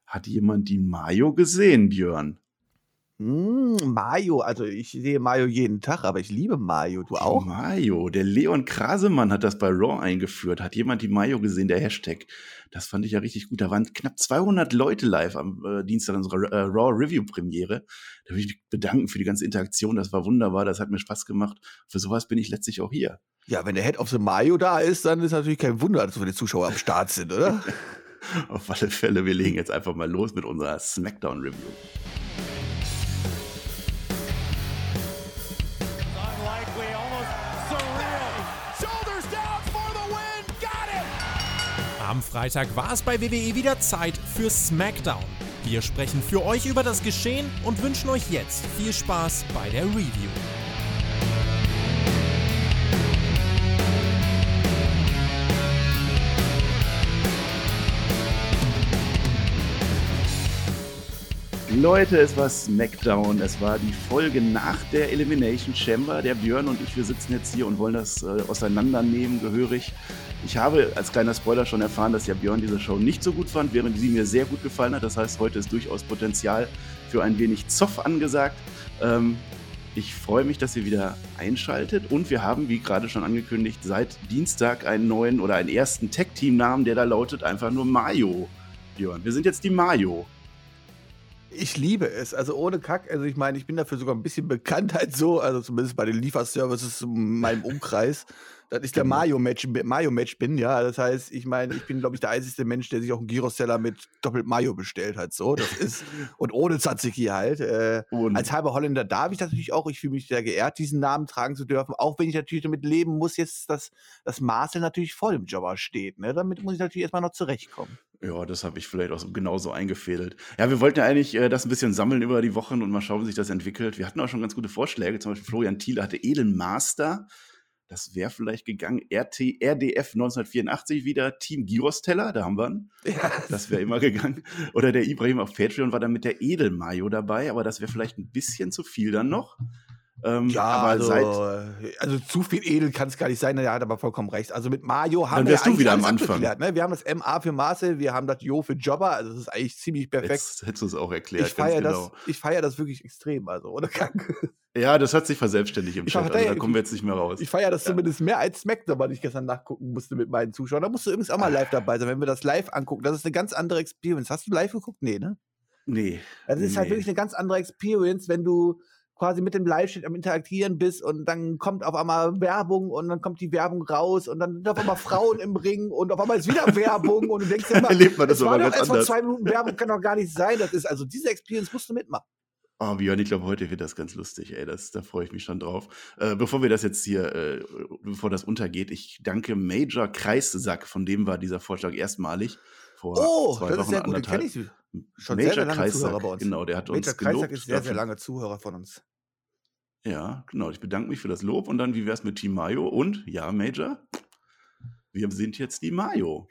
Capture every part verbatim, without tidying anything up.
Hat jemand die Mayo gesehen, Björn? Mm, Mayo, also ich sehe Mayo jeden Tag, aber ich liebe Mayo. Du Die auch? Mayo, der Leon Krasemann hat das bei Raw eingeführt. Hat jemand die Mayo gesehen, der Hashtag? Das fand ich ja richtig gut. Da waren knapp zweihundert Leute live am äh, Dienstag unserer äh, Raw Review Premiere. Da will ich mich bedanken für die ganze Interaktion. Das war wunderbar. Das hat mir Spaß gemacht. Für sowas bin ich letztlich auch hier. Ja, wenn der Head of the Mayo da ist, dann ist natürlich kein Wunder, dass so viele Zuschauer am Start sind, oder? Auf alle Fälle, wir legen jetzt einfach mal los mit unserer Smackdown Review. Am Freitag war es bei W W E wieder Zeit für Smackdown. Wir sprechen für euch über das Geschehen und wünschen euch jetzt viel Spaß bei der Review. Leute, es war Smackdown, es war die Folge nach der Elimination Chamber. Der Björn und ich, wir sitzen jetzt hier und wollen das äh, auseinandernehmen, gehörig. Ich habe als kleiner Spoiler schon erfahren, dass ja Björn diese Show nicht so gut fand, während sie mir sehr gut gefallen hat. Das heißt, heute ist durchaus Potenzial für ein wenig Zoff angesagt. Ähm, ich freue mich, dass ihr wieder einschaltet und wir haben, wie gerade schon angekündigt, seit Dienstag einen neuen oder einen ersten Tag-Team-Namen, der da lautet einfach nur Mayo. Björn, wir sind jetzt die Mayo. Ich liebe es, also ohne Kack, also ich meine, ich bin dafür sogar ein bisschen bekannt halt so, also zumindest bei den Lieferservices in meinem Umkreis, dass ich der Mayo-Match Mayo-Match bin, ja, das heißt, ich meine, ich bin, glaube ich, der einzige Mensch, der sich auch einen Gyros-Teller mit doppelt Mayo bestellt hat, so, das ist, und ohne Tzatziki halt, äh, als halber Holländer darf ich das natürlich auch, ich fühle mich sehr geehrt, diesen Namen tragen zu dürfen, auch wenn ich natürlich damit leben muss, jetzt, dass das Marcel natürlich voll im Jobber steht, ne, damit muss ich natürlich erstmal noch zurechtkommen. Ja, das habe ich vielleicht auch so, genauso eingefädelt. Ja, wir wollten ja eigentlich äh, das ein bisschen sammeln über die Wochen und mal schauen, wie sich das entwickelt. Wir hatten auch schon ganz gute Vorschläge. Zum Beispiel Florian Thiele hatte Edelmaster. Das wäre vielleicht gegangen. R T, R D F neunzehnhundertvierundachtzig wieder. Team Gyros-Teller, da haben wir ihn. Ja. Das wäre immer gegangen. Oder der Ibrahim auf Patreon war dann mit der Edelmayo dabei. Aber das wäre vielleicht ein bisschen zu viel dann noch. Ähm, ja, aber also, seit also zu viel edel kann es gar nicht sein, er hat aber vollkommen recht. Also mit Mayo haben dann wärst wir du wieder am alles Anfang. Geklärt, ne? Wir haben das M A für Marcel, wir haben das Jo für Jobber, also das ist eigentlich ziemlich perfekt. Jetzt hättest du es auch erklärt, ich feiere ganz das, genau. ich feiere das wirklich extrem, also oder Ja, das hat sich verselbstständigt im Ich Chat, feier- also da kommen wir jetzt nicht mehr raus. Ich feiere das Ja. zumindest mehr als Smackdown, weil ich gestern nachgucken musste mit meinen Zuschauern. Da musst du übrigens auch mal live dabei sein, wenn wir das live angucken. Das ist eine ganz andere Experience. Hast du live geguckt? Nee, ne? Nee. Das ist nee. halt wirklich eine ganz andere Experience, wenn du quasi mit dem Live-Chat am Interagieren bist und dann kommt auf einmal Werbung und dann kommt die Werbung raus und dann sind auf einmal Frauen im Ring und auf einmal ist wieder Werbung und du denkst immer, Erlebt man das es war aber doch ganz erst vor anders. zwei Minuten Werbung, kann doch gar nicht sein. Das ist also diese Experience musst du mitmachen. Oh, Björn, ich glaube, heute wird das ganz lustig, ey. Das, da freue ich mich schon drauf. Äh, bevor wir das jetzt hier, äh, bevor das untergeht, ich danke Major Kreissack, von dem war dieser Vorschlag erstmalig. Vor Oh, zwei das Wochen, ist sehr gut, den anderthalb. kenne ich schon Major sehr, sehr lange Kreissack, Zuhörer bei uns. genau, der hat Major uns Kreissack gelobt. ist sehr, sehr dafür. lange Zuhörer von uns. Ja, genau. Ich bedanke mich für das Lob. Und dann, wie wär's mit Team Mayo? Und, ja, Major, wir sind jetzt die Mayo.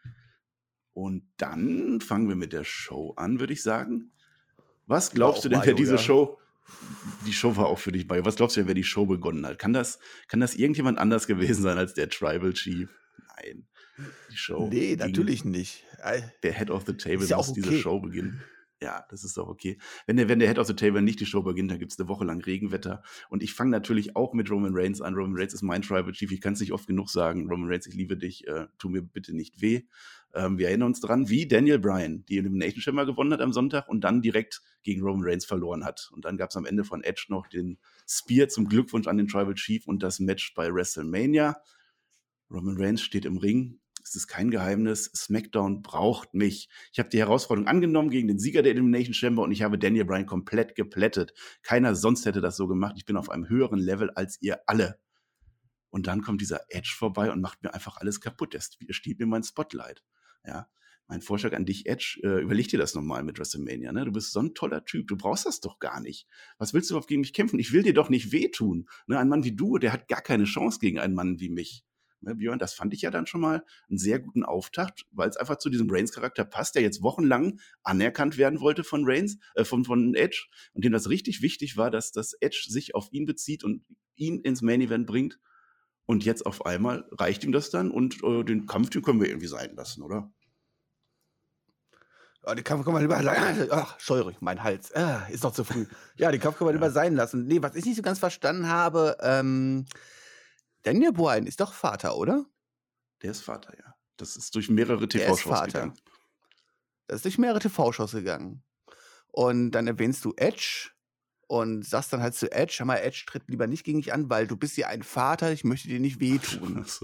Und dann fangen wir mit der Show an, würde ich sagen. Was glaubst du denn, wer Mayo, diese ja. Show, die Show war auch für dich, Mayo, was glaubst du denn, wer die Show begonnen hat? Kann das, kann das irgendjemand anders gewesen sein als der Tribal Chief? Nein, die Show. Nee, ging- natürlich nicht. Äh, Der Head of the Table Ist ja muss auch diese okay. Show beginnen. Ja, das ist doch okay. Wenn der, wenn der Head of the Table nicht die Show beginnt, dann gibt es eine Woche lang Regenwetter. Und ich fange natürlich auch mit Roman Reigns an. Roman Reigns ist mein Tribal Chief. Ich kann es nicht oft genug sagen. Roman Reigns, ich liebe dich. Äh, tu mir bitte nicht weh. Ähm, wir erinnern uns dran, wie Daniel Bryan die Elimination Chamber gewonnen hat am Sonntag und dann direkt gegen Roman Reigns verloren hat. Und dann gab es am Ende von Edge noch den Spear zum Glückwunsch an den Tribal Chief und das Match bei WrestleMania. Roman Reigns steht im Ring. Es ist kein Geheimnis. SmackDown braucht mich. Ich habe die Herausforderung angenommen gegen den Sieger der Elimination Chamber und ich habe Daniel Bryan komplett geplättet. Keiner sonst hätte das so gemacht. Ich bin auf einem höheren Level als ihr alle. Und dann kommt dieser Edge vorbei und macht mir einfach alles kaputt. Er stiehlt mir mein Spotlight. Ja. Mein Vorschlag an dich, Edge, äh, überleg dir das nochmal mit WrestleMania. Ne? Du bist so ein toller Typ, du brauchst das doch gar nicht. Was willst du überhaupt gegen mich kämpfen? Ich will dir doch nicht wehtun. Ne? Ein Mann wie du, der hat gar keine Chance gegen einen Mann wie mich. Ne, Björn, das fand ich ja dann schon mal einen sehr guten Auftakt, weil es einfach zu diesem Reigns-Charakter passt, der jetzt wochenlang anerkannt werden wollte von Reigns, äh, von, von Edge und dem das richtig wichtig war, dass das Edge sich auf ihn bezieht und ihn ins Main-Event bringt. Und jetzt auf einmal reicht ihm das dann und äh, den Kampf, den können wir irgendwie sein lassen, oder? Oh, den Kampf kann man lieber sein. Ach, scheurig, mein Hals. Ah, ist noch zu früh. Ja, den Kampf kann man lieber sein lassen. Nee, was ich nicht so ganz verstanden habe, ähm, Daniel Bryan ist doch Vater, oder? Der ist Vater, ja. Das ist durch mehrere Der ist T V-Shows Vater. gegangen. Das ist durch mehrere T V-Shows gegangen. Und dann erwähnst du Edge und sagst dann halt zu Edge, hör mal, Edge tritt lieber nicht gegen mich an, weil du bist ja ein Vater, ich möchte dir nicht wehtun. Ach so.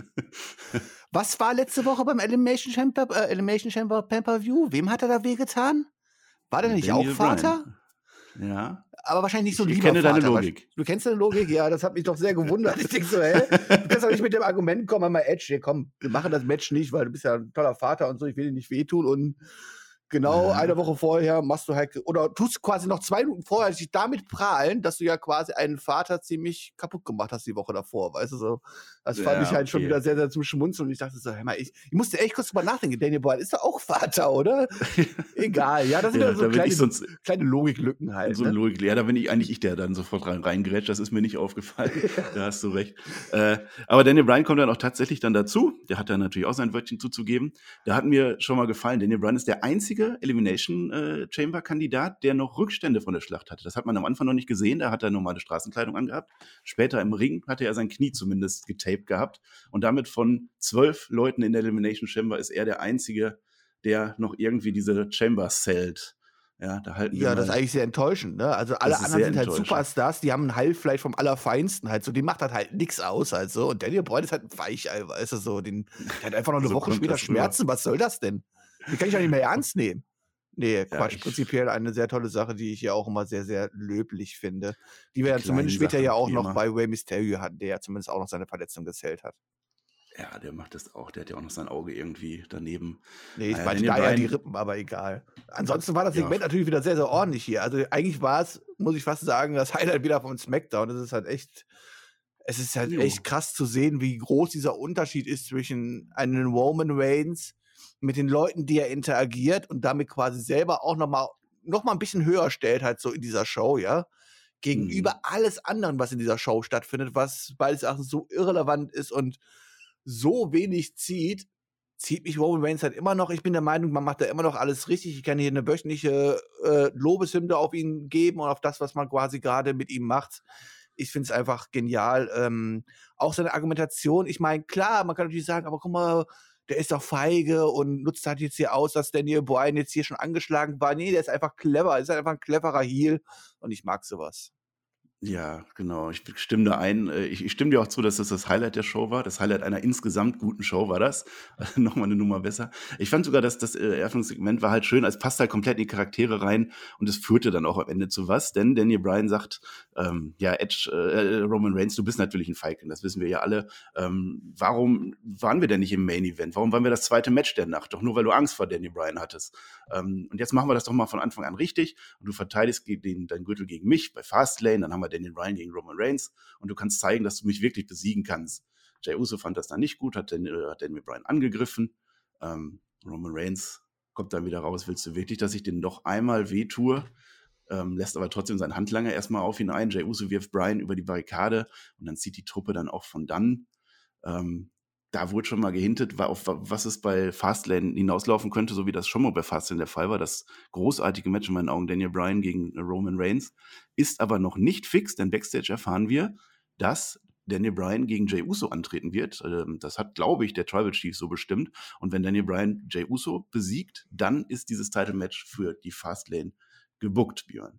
Was war letzte Woche beim Elimination Chamber, äh, Elimination Chamber Pay-Per-View? Wem hat er da wehgetan? War der nicht Daniel auch Vater? Bryan. Ja. Aber wahrscheinlich nicht so Ich lieber kenne deine Vater. Logik. Du kennst deine Logik? Ja, das hat mich doch sehr gewundert. Ich denke so, hä? Du kannst doch nicht mit dem Argument kommen, mal Edge, hier, komm, wir machen das Match nicht, weil du bist ja ein toller Vater und so, ich will dir nicht wehtun und genau Ja. eine Woche vorher machst du halt, oder tust quasi noch zwei Minuten vorher dich damit prahlen, dass du ja quasi einen Vater ziemlich kaputt gemacht hast die Woche davor, weißt du so. Das fand Ja, ich halt schon okay. wieder sehr, sehr zum Schmunzeln und ich dachte so, hör mal, ich, ich musste echt kurz drüber nachdenken, Daniel Bryan ist doch auch Vater, oder? Egal, ja, das sind Ja, ja so da bin kleine, ich sonst kleine Logiklücken halt. so Ne? eine Logik. Ja, da bin ich eigentlich ich, der dann sofort rein, reingrätscht. Das ist mir nicht aufgefallen. Da hast du recht. Äh, aber Daniel Bryan kommt dann auch tatsächlich dann dazu. Der hat dann natürlich auch sein Wörtchen zuzugeben. Da hat mir schon mal gefallen, Daniel Bryan ist der einzige Elimination äh, Chamber Kandidat, der noch Rückstände von der Schlacht hatte. Das hat man am Anfang noch nicht gesehen. Da hat er normale Straßenkleidung angehabt. Später im Ring hatte er sein Knie zumindest getaped gehabt. Und damit von zwölf Leuten in der Elimination Chamber ist er der einzige, der noch irgendwie diese Chamber zählt. Ja, da halten wir Ja, mal. das ist eigentlich sehr enttäuschend, ne? Also alle Das ist anderen sehr sind halt enttäuschend. Superstars, die haben ein Heilfleisch vom Allerfeinsten halt so, die macht halt halt nix aus halt so. Und Daniel Bryan ist halt ein Weichei, weißt du so, den, der hat einfach noch eine So Woche kommt später das rüber. Schmerzen, was soll das denn? Den kann ich doch nicht mehr ernst nehmen. Nee, Quatsch, ich- prinzipiell eine sehr tolle Sache, die ich ja auch immer sehr, sehr löblich finde. Die wir Die ja zumindest kleinen später ja Sachen, auch wie noch immer. bei Rey Mysterio hatten, der ja zumindest auch noch seine Verletzung gezählt hat. Ja, der macht das auch. Der hat ja auch noch sein Auge irgendwie daneben. Nee, ich Naja, meinte Daniel da ja die Bryan- Rippen, aber egal. Ansonsten war das Ja. Segment natürlich wieder sehr, sehr ordentlich hier. Also eigentlich war es, muss ich fast sagen, das Highlight wieder von SmackDown. Das ist halt echt, es ist halt Jo. echt krass zu sehen, wie groß dieser Unterschied ist zwischen einem Roman Reigns mit den Leuten, die er interagiert und damit quasi selber auch nochmal noch mal ein bisschen höher stellt halt so in dieser Show, ja. Gegenüber Mhm. alles anderen, was in dieser Show stattfindet, was beides Erachtens so irrelevant ist und so wenig zieht, zieht mich Roman Reigns halt immer noch. Ich bin der Meinung, man macht da immer noch alles richtig. Ich kann hier eine wöchentliche äh, Lobeshymne auf ihn geben und auf das, was man quasi gerade mit ihm macht. Ich finde es einfach genial. Ähm, auch seine Argumentation, ich meine, klar, man kann natürlich sagen, aber guck mal, der ist doch feige und nutzt halt jetzt hier aus, dass Daniel Bryan jetzt hier schon angeschlagen war. Nee, der ist einfach clever, ist halt einfach ein cleverer Heel und ich mag sowas. Ja, genau. Ich stimme da ein. Äh, Ich, ich stimme dir auch zu, dass das das Highlight der Show war. Das Highlight einer insgesamt guten Show war das. Nochmal eine Nummer besser. Ich fand sogar, dass das äh, Eröffnungssegment war halt schön. Es passt halt komplett in die Charaktere rein und es führte dann auch am Ende zu was. Denn Daniel Bryan sagt, ähm, ja, Edge, äh, Roman Reigns, du bist natürlich ein Feigling. Das wissen wir ja alle. Ähm, warum waren wir denn nicht im Main Event? Warum waren wir das zweite Match der Nacht? Doch nur, weil du Angst vor Daniel Bryan hattest. Ähm, und jetzt machen wir das doch mal von Anfang an richtig. Und du verteidigst ge- den, deinen Gürtel gegen mich bei Fastlane. Dann haben wir Daniel Bryan gegen Roman Reigns und du kannst zeigen, dass du mich wirklich besiegen kannst. Jey Uso fand das dann nicht gut, hat, den, äh, hat Daniel Bryan angegriffen. Ähm, Roman Reigns kommt dann wieder raus, willst du wirklich, dass ich den noch einmal wehtue? Ähm, lässt aber trotzdem seinen Handlanger erstmal auf ihn ein. Jey Uso wirft Bryan über die Barrikade und dann zieht die Truppe dann auch von dann. Ähm, da wurde schon mal gehintet, wa- auf wa- was es bei Fastlane hinauslaufen könnte, so wie das schon mal bei Fastlane der Fall war. Das großartige Match in meinen Augen, Daniel Bryan gegen äh, Roman Reigns, ist aber noch nicht fix, denn Backstage erfahren wir, dass Daniel Bryan gegen Jey Uso antreten wird. Ähm, das hat, glaube ich, der Tribal Chief so bestimmt. Und wenn Daniel Bryan Jey Uso besiegt, dann ist dieses Title-Match für die Fastlane gebuckt, Björn.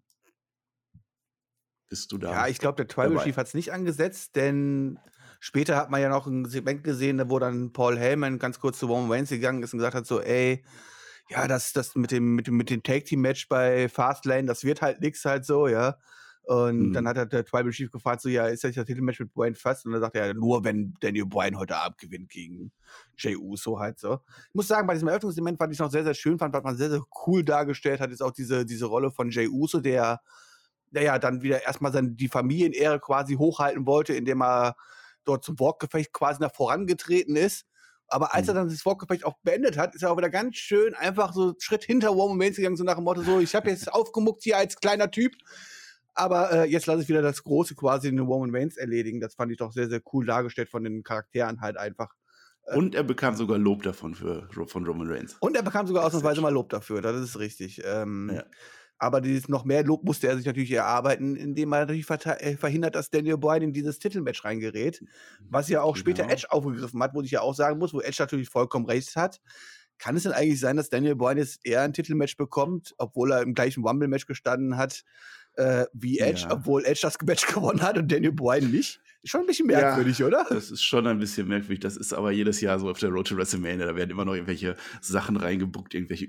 Bist du da? Ja, ich glaube, der Tribal dabei? Chief hat es nicht angesetzt, denn später hat man ja noch ein Segment gesehen, wo dann Paul Heyman ganz kurz zu Roman Reigns gegangen ist und gesagt hat so, ey, ja, das, das mit dem, mit dem, mit dem Tag-Team-Match bei Fastlane, das wird halt nix halt so, ja. Und Mhm. dann hat er der Tribal Chief gefragt, so, ja, ist das das Titelmatch mit Bryan fast? Und dann sagt er, ja, nur wenn Daniel Bryan heute Abend gewinnt gegen Jey Uso halt so. Ich muss sagen, bei diesem Eröffnungssegment, was ich noch sehr, sehr schön fand, was man sehr, sehr cool dargestellt hat, ist auch diese, diese Rolle von Jey Uso, der naja, dann wieder erstmal seine, die Familienehre quasi hochhalten wollte, indem er dort zum Wortgefecht quasi nach vorangetreten ist. Aber als er Mhm. dann das Wortgefecht auch beendet hat, ist er auch wieder ganz schön einfach so einen Schritt hinter Roman Reigns gegangen, so nach dem Motto so, ich habe jetzt aufgemuckt hier als kleiner Typ, aber äh, jetzt lasse ich wieder das Große quasi den Roman Reigns erledigen. Das fand ich doch sehr, sehr cool dargestellt von den Charakteren halt einfach. Und er bekam sogar Lob davon für, von Roman Reigns. Und er bekam sogar ausnahmsweise mal Lob dafür, das ist richtig. Ähm, Ja. Aber dieses noch mehr Lob musste er sich natürlich erarbeiten, indem er natürlich verta- äh, verhindert, dass Daniel Bryan in dieses Titelmatch reingerät, was ja auch später Genau. Edge aufgegriffen hat, wo ich ja auch sagen muss, wo Edge natürlich vollkommen recht hat. Kann es denn eigentlich sein, dass Daniel Bryan jetzt eher ein Titelmatch bekommt, obwohl er im gleichen Rumble-Match gestanden hat äh, wie Edge, Ja. obwohl Edge das Match gewonnen hat und Daniel Bryan nicht? Ist schon ein bisschen merkwürdig, Ja, oder? Das ist schon ein bisschen merkwürdig. Das ist aber jedes Jahr so auf der Road to WrestleMania. Da werden immer noch irgendwelche Sachen reingebuckt, irgendwelche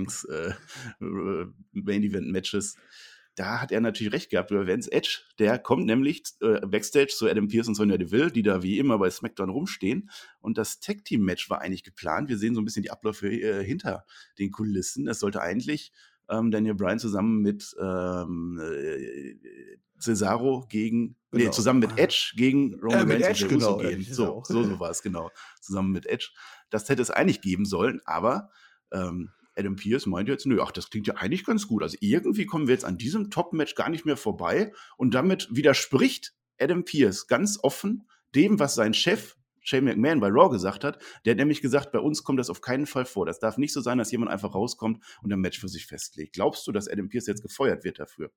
Übergangs-Main-Event-Matches. Da hat er natürlich recht gehabt über Vince Edge. Der kommt nämlich äh, Backstage zu Adam Pearce und Sonya Deville, die da wie immer bei SmackDown rumstehen. Und das Tag-Team-Match war eigentlich geplant. Wir sehen so ein bisschen die Abläufe äh, hinter den Kulissen. Es sollte eigentlich ähm, Daniel Bryan zusammen mit ähm, äh, Cesaro gegen, Genau. nee, zusammen mit Edge gegen Roman Äh, mit Reigns Edge, und Jey Uso genau, gehen. ja, So, genau. so, so war es, genau. Zusammen mit Edge. Das hätte es eigentlich geben sollen, aber ähm, Adam Pearce meinte jetzt, nö, ach, das klingt ja eigentlich ganz gut. Also irgendwie kommen wir jetzt an diesem Top-Match gar nicht mehr vorbei. Und damit widerspricht Adam Pearce ganz offen dem, was sein Chef Shane McMahon bei Raw gesagt hat. Der hat nämlich gesagt, bei uns kommt das auf keinen Fall vor. Das darf nicht so sein, dass jemand einfach rauskommt und ein Match für sich festlegt. Glaubst du, dass Adam Pearce jetzt gefeuert wird dafür?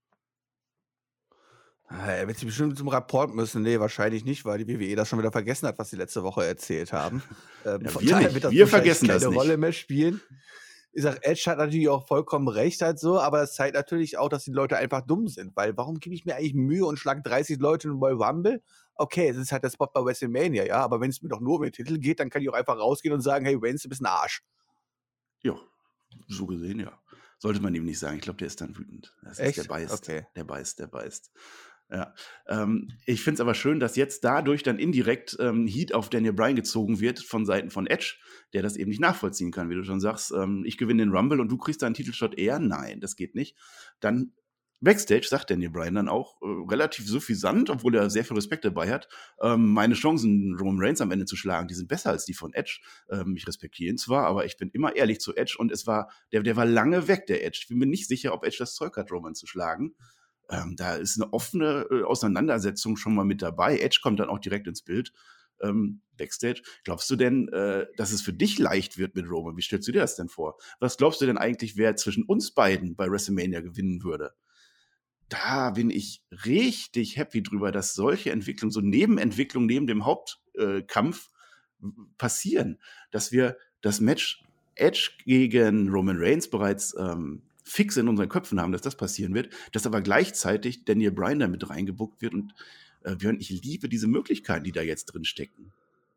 Er wird sich bestimmt zum Rapport müssen. Nee, wahrscheinlich nicht, weil die W W E das schon wieder vergessen hat, was sie letzte Woche erzählt haben. Ähm, Ja, von wir daher nicht. wird das Wir wahrscheinlich vergessen keine das nicht. Rolle mehr spielen. Ich sag, Edge hat natürlich auch vollkommen recht halt so, aber das zeigt natürlich auch, dass die Leute einfach dumm sind, weil warum gebe ich mir eigentlich Mühe und schlag dreißig Leute in Royal Rumble? Okay, es ist halt der Spot bei WrestleMania, ja, aber wenn es mir doch nur um den Titel geht, dann kann ich auch einfach rausgehen und sagen, hey, Reigns, du bist ein Arsch. Ja, so gesehen, ja. Sollte man ihm nicht sagen. Ich glaube, der ist dann wütend. Das Echt? Ist, der beißt. Okay. Der beißt, der beißt. Ja. Ähm, ich finde es aber schön, dass jetzt dadurch dann indirekt ähm, Heat auf Daniel Bryan gezogen wird von Seiten von Edge, der das eben nicht nachvollziehen kann, wie du schon sagst. Ähm, ich gewinne den Rumble und du kriegst deinen Titelshot eher. Nein, das geht nicht. Dann Backstage sagt Daniel Bryan dann auch äh, relativ suffisant, obwohl er sehr viel Respekt dabei hat, ähm, meine Chancen, Roman Reigns am Ende zu schlagen, die sind besser als die von Edge. Ähm, ich respektiere ihn zwar, aber ich bin immer ehrlich zu Edge und es war, der, der war lange weg, der Edge. Ich bin mir nicht sicher, ob Edge das Zeug hat, Roman zu schlagen. Ähm, da ist eine offene äh, Auseinandersetzung schon mal mit dabei. Edge kommt dann auch direkt ins Bild. Ähm, Backstage. Glaubst du denn, äh, dass es für dich leicht wird mit Roman? Wie stellst du dir das denn vor? Was glaubst du denn eigentlich, wer zwischen uns beiden bei WrestleMania gewinnen würde? Da bin ich richtig happy drüber, dass solche Entwicklungen, so Nebenentwicklungen neben dem Hauptkampf äh, passieren. Dass wir das Match Edge gegen Roman Reigns bereits ähm, fix in unseren Köpfen haben, dass das passieren wird, dass aber gleichzeitig Daniel Bryan da mit reingebuckt wird. Und äh, Björn, ich liebe diese Möglichkeiten, die da jetzt drin stecken.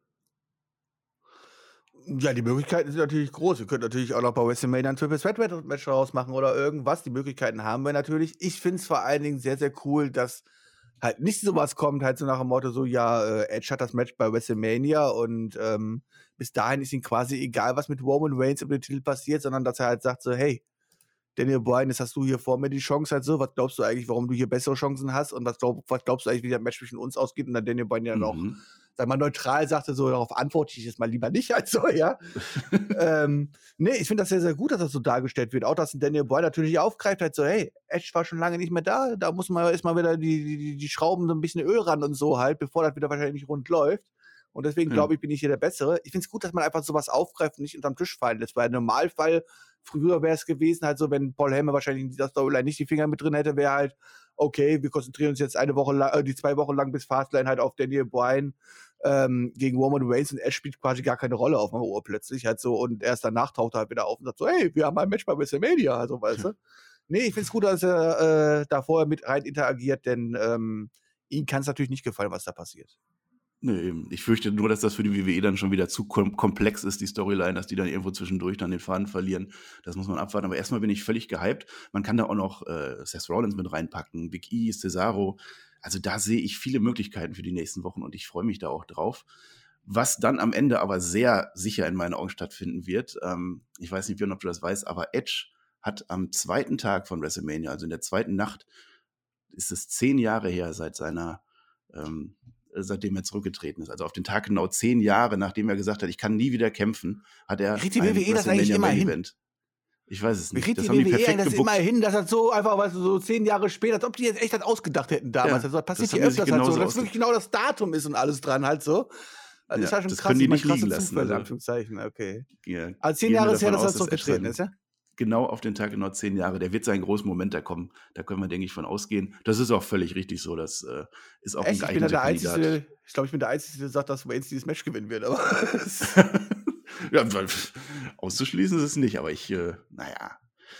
Ja, die Möglichkeiten sind natürlich groß. Wir können natürlich auch noch bei WrestleMania ein Triple Threat Match rausmachen oder irgendwas. Die Möglichkeiten haben wir natürlich. Ich finde es vor allen Dingen sehr, sehr cool, dass halt nicht sowas kommt, halt so nach dem Motto so, ja, äh, Edge hat das Match bei WrestleMania und ähm, bis dahin ist ihm quasi egal, was mit Roman Reigns um den Titel passiert, sondern dass er halt sagt so, hey, Daniel Bryan, jetzt hast du hier vor mir die Chance halt so, was glaubst du eigentlich, warum du hier bessere Chancen hast und was, glaub, was glaubst du eigentlich, wie das Match zwischen uns ausgeht und dann Daniel Bryan ja dann auch, Mhm. sag mal, neutral sagte, so, darauf antworte ich jetzt mal lieber nicht halt so, ja. ähm, nee, ich finde das sehr, sehr gut, dass das so dargestellt wird. Auch, dass Daniel Bryan natürlich aufgreift, halt so, hey, Edge war schon lange nicht mehr da, da muss man erstmal wieder die, die, die Schrauben so ein bisschen Öl ran und so halt, bevor das wieder wahrscheinlich nicht rund läuft. Und deswegen Ja. glaube ich, bin ich hier der Bessere. Ich finde es gut, dass man einfach sowas aufgreift und nicht unterm Tisch fallen lässt, weil im Normalfall, früher wäre es gewesen, halt so, wenn Paul Heyman wahrscheinlich in dieser Storyline nicht die Finger mit drin hätte, wäre halt, okay, wir konzentrieren uns jetzt eine Woche lang, äh, die zwei Wochen lang bis Fastlane halt auf Daniel Bryan ähm, gegen Roman Reigns und Edge spielt quasi gar keine Rolle auf dem Ohr plötzlich halt so und erst danach taucht er halt wieder auf und sagt so, hey, wir haben ein Match bei WrestleMania, also weißt du. Nee, ich finde es gut, dass er äh, da vorher mit rein interagiert, denn ähm, ihm kann es natürlich nicht gefallen, was da passiert. Nee, eben. Ich fürchte nur, dass das für die W W E dann schon wieder zu kom- komplex ist, die Storyline, dass die dann irgendwo zwischendurch dann den Faden verlieren. Das muss man abwarten. Aber erstmal bin ich völlig gehypt. Man kann da auch noch äh, Seth Rollins mit reinpacken, Big E, Cesaro. Also da sehe ich viele Möglichkeiten für die nächsten Wochen und ich freue mich da auch drauf. Was dann am Ende aber sehr sicher in meinen Augen stattfinden wird, ähm, ich weiß nicht, Björn, ob du das weißt, aber Edge hat am zweiten Tag von WrestleMania, also in der zweiten Nacht, ist es zehn Jahre her seit seiner ähm, seitdem er zurückgetreten ist. Also auf den Tag genau zehn Jahre, nachdem er gesagt hat, ich kann nie wieder kämpfen, hat er Kriegt die W W E das eigentlich immer hin? Ich weiß es Wie nicht. kriegt Das die haben die W W E perfekt das gebuckt. immer hin, dass das so einfach, weißt du, so zehn Jahre später, als ob die jetzt echt das ausgedacht hätten damals. Ja, also, das passiert das haben hier die sich öfters halt so, genauso dass wirklich genau das Datum ist und alles dran halt so. Also Ja, ist ja schon das krass, können die ich meine, nicht liegen krasse lassen. Zufälle, in Also, Anführungszeichen, okay. ja, Also zehn gehen wir Jahre ist her, davon dass er aus, dass zurückgetreten Edge ist, ja? genau auf den Tag genau zehn Jahre. Der wird seinen großen Moment da kommen. Da können wir, denke ich, von ausgehen. Das ist auch völlig richtig so. Das äh, ist auch ein Echt? Ich bin da geeigneter der Kandidat. Einzige, ich glaube, ich bin der Einzige, der sagt, dass Reigns dieses Match gewinnen wird. Aber Ja, weil- auszuschließen ist es nicht, aber ich, äh, naja.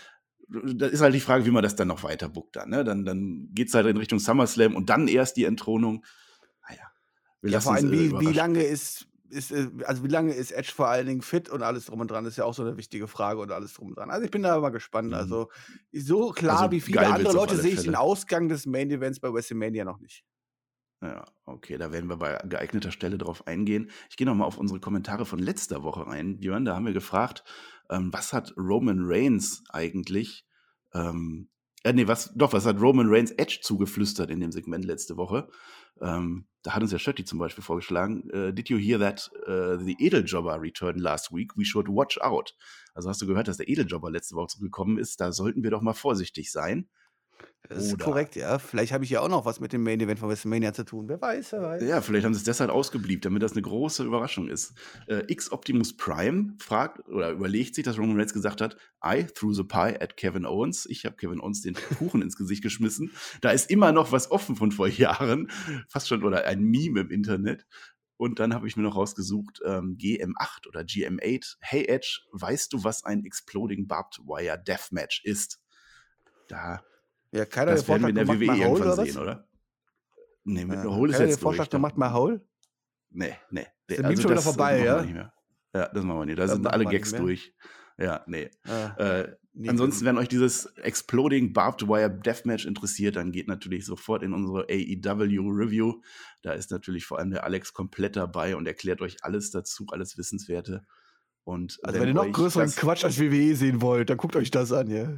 Da ist halt die Frage, wie man das dann noch weiter bookt. Dann, ne? dann, dann geht es halt in Richtung SummerSlam und dann erst die Entthronung. Naja, wir ja, lassen vor uns allem, äh, wie, wie überraschen. lange ist, ist, äh, also wie lange ist Edge vor allen Dingen fit und alles drum und dran, ist ja auch so eine wichtige Frage und alles drum und dran. Also ich bin da mal gespannt. Mhm. Also so klar Also wie viele geil andere wird's auf Leute alle sehe ich den Fälle. Ausgang des Main Events bei WrestleMania noch nicht. Ja, okay, da werden wir bei geeigneter Stelle drauf eingehen. Ich gehe nochmal auf unsere Kommentare von letzter Woche rein, Björn. Da haben wir gefragt, ähm, was hat Roman Reigns eigentlich, ähm, äh, nee, was, doch, was hat Roman Reigns Edge zugeflüstert in dem Segment letzte Woche? Ähm, da hat uns ja Schötti zum Beispiel vorgeschlagen, äh, did you hear that uh, the Edeljobber returned last week? We should watch out. Also hast du gehört, dass der Edeljobber letzte Woche zurückgekommen ist? Da sollten wir doch mal vorsichtig sein. Das ist Oder- korrekt, ja. Vielleicht habe ich ja auch noch was mit dem Main Event von WrestleMania zu tun. Wer weiß, wer weiß. Ja, vielleicht haben sie es deshalb ausgeblieben, damit das eine große Überraschung ist. Äh, X Optimus Prime fragt oder überlegt sich, dass Roman Reigns gesagt hat, I threw the pie at Kevin Owens. Ich habe Kevin Owens den Kuchen ins Gesicht geschmissen. Da ist immer noch was offen von vor Jahren. Fast schon, oder ein Meme im Internet. Und dann habe ich mir noch rausgesucht, ähm, G M acht oder G M acht. Hey Edge, weißt du, was ein Exploding Barbed Wire Deathmatch ist? Da, Ja, keiner das den werden wir Vorschlag in der gemacht, W W E mal Hole irgendwann oder sehen, was? oder? Nee, mit Ja. einer Hole ist Keiner den jetzt durch. Vorschlag Da- gemacht, mal Hole? Nee, nee. Ist der Meme schon wieder vorbei, machen ja? wir nicht mehr. Ja, das machen wir nicht. Da Das sind machen alle wir Gags nicht mehr. durch. Ja, nee. Ah, Äh, nee, ansonsten, wenn euch dieses Exploding Barbed Wire Deathmatch interessiert, dann geht natürlich sofort in unsere A E W Review. Da ist natürlich vor allem der Alex komplett dabei und erklärt euch alles dazu, alles Wissenswerte. Und Also wenn ihr noch euch größeren das- Quatsch als W W E sehen wollt, dann guckt euch das an, ja.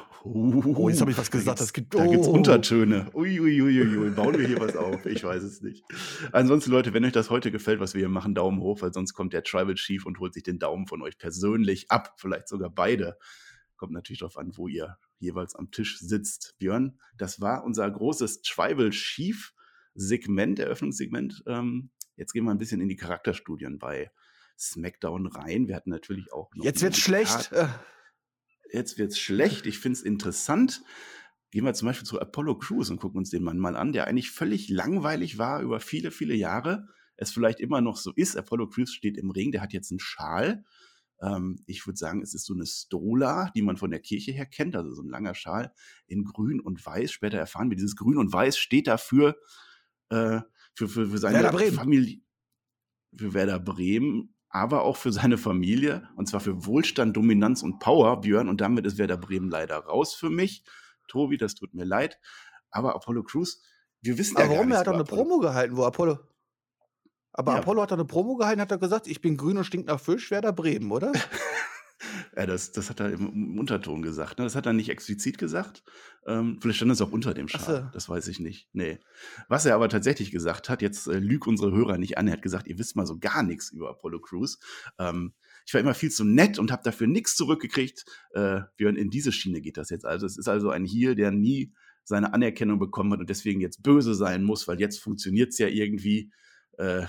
Oh, jetzt habe ich was Da gesagt, gibt's- das gibt- Da gibt es oh. Untertöne. Uiuiuiui, ui, ui. Bauen wir hier was auf? Ich weiß es nicht. Ansonsten, Leute, wenn euch das heute gefällt, was wir hier machen, Daumen hoch, weil sonst kommt der Tribal Chief und holt sich den Daumen von euch persönlich ab. Vielleicht sogar beide. Kommt natürlich darauf an, wo ihr jeweils am Tisch sitzt. Björn, das war unser großes Tribal Chief Segment, Eröffnungssegment. Ähm, jetzt gehen wir ein bisschen in die Charakterstudien bei SmackDown rein. Wir hatten natürlich auch noch Jetzt einen wird's Diktat- schlecht. Äh, Jetzt wird's schlecht. Ich finde es interessant. Gehen wir zum Beispiel zu Apollo Crews und gucken uns den Mann mal an, der eigentlich völlig langweilig war über viele, viele Jahre. Es vielleicht immer noch so ist. Apollo Crews steht im Ring, der hat jetzt einen Schal. Ähm, ich würde sagen, es ist so eine Stola, die man von der Kirche her kennt, also so ein langer Schal in Grün und Weiß. Später erfahren wir, dieses Grün und Weiß steht dafür äh, für, für, für seine Werder Bremen. Familie, für Werder Bremen, aber auch für seine Familie, und zwar für Wohlstand, Dominanz und Power, Björn, und damit ist Werder Bremen leider raus für mich. Tobi, das tut mir leid, aber Apollo Crews, wir wissen aber ja gar warum? Er nichts hat doch über eine Apollo. Promo gehalten, wo Apollo. Aber Ja. Apollo hat doch eine Promo gehalten, hat er gesagt, ich bin grün und stink nach Fisch, Werder Bremen, oder? Ja, das, das hat er im Unterton gesagt. Ne? Das hat er nicht explizit gesagt. Ähm, vielleicht stand es auch unter dem Ach Schal. so. Das weiß ich nicht. Nee. Was er aber tatsächlich gesagt hat, jetzt äh, lüg unsere Hörer nicht an, er hat gesagt, ihr wisst mal so gar nichts über Apollo Crews. Ähm, ich war immer viel zu nett und habe dafür nichts zurückgekriegt. Äh, Björn, in diese Schiene geht das jetzt. Also es ist also ein Heel, der nie seine Anerkennung bekommen hat und deswegen jetzt böse sein muss, weil jetzt funktioniert es ja irgendwie. Äh,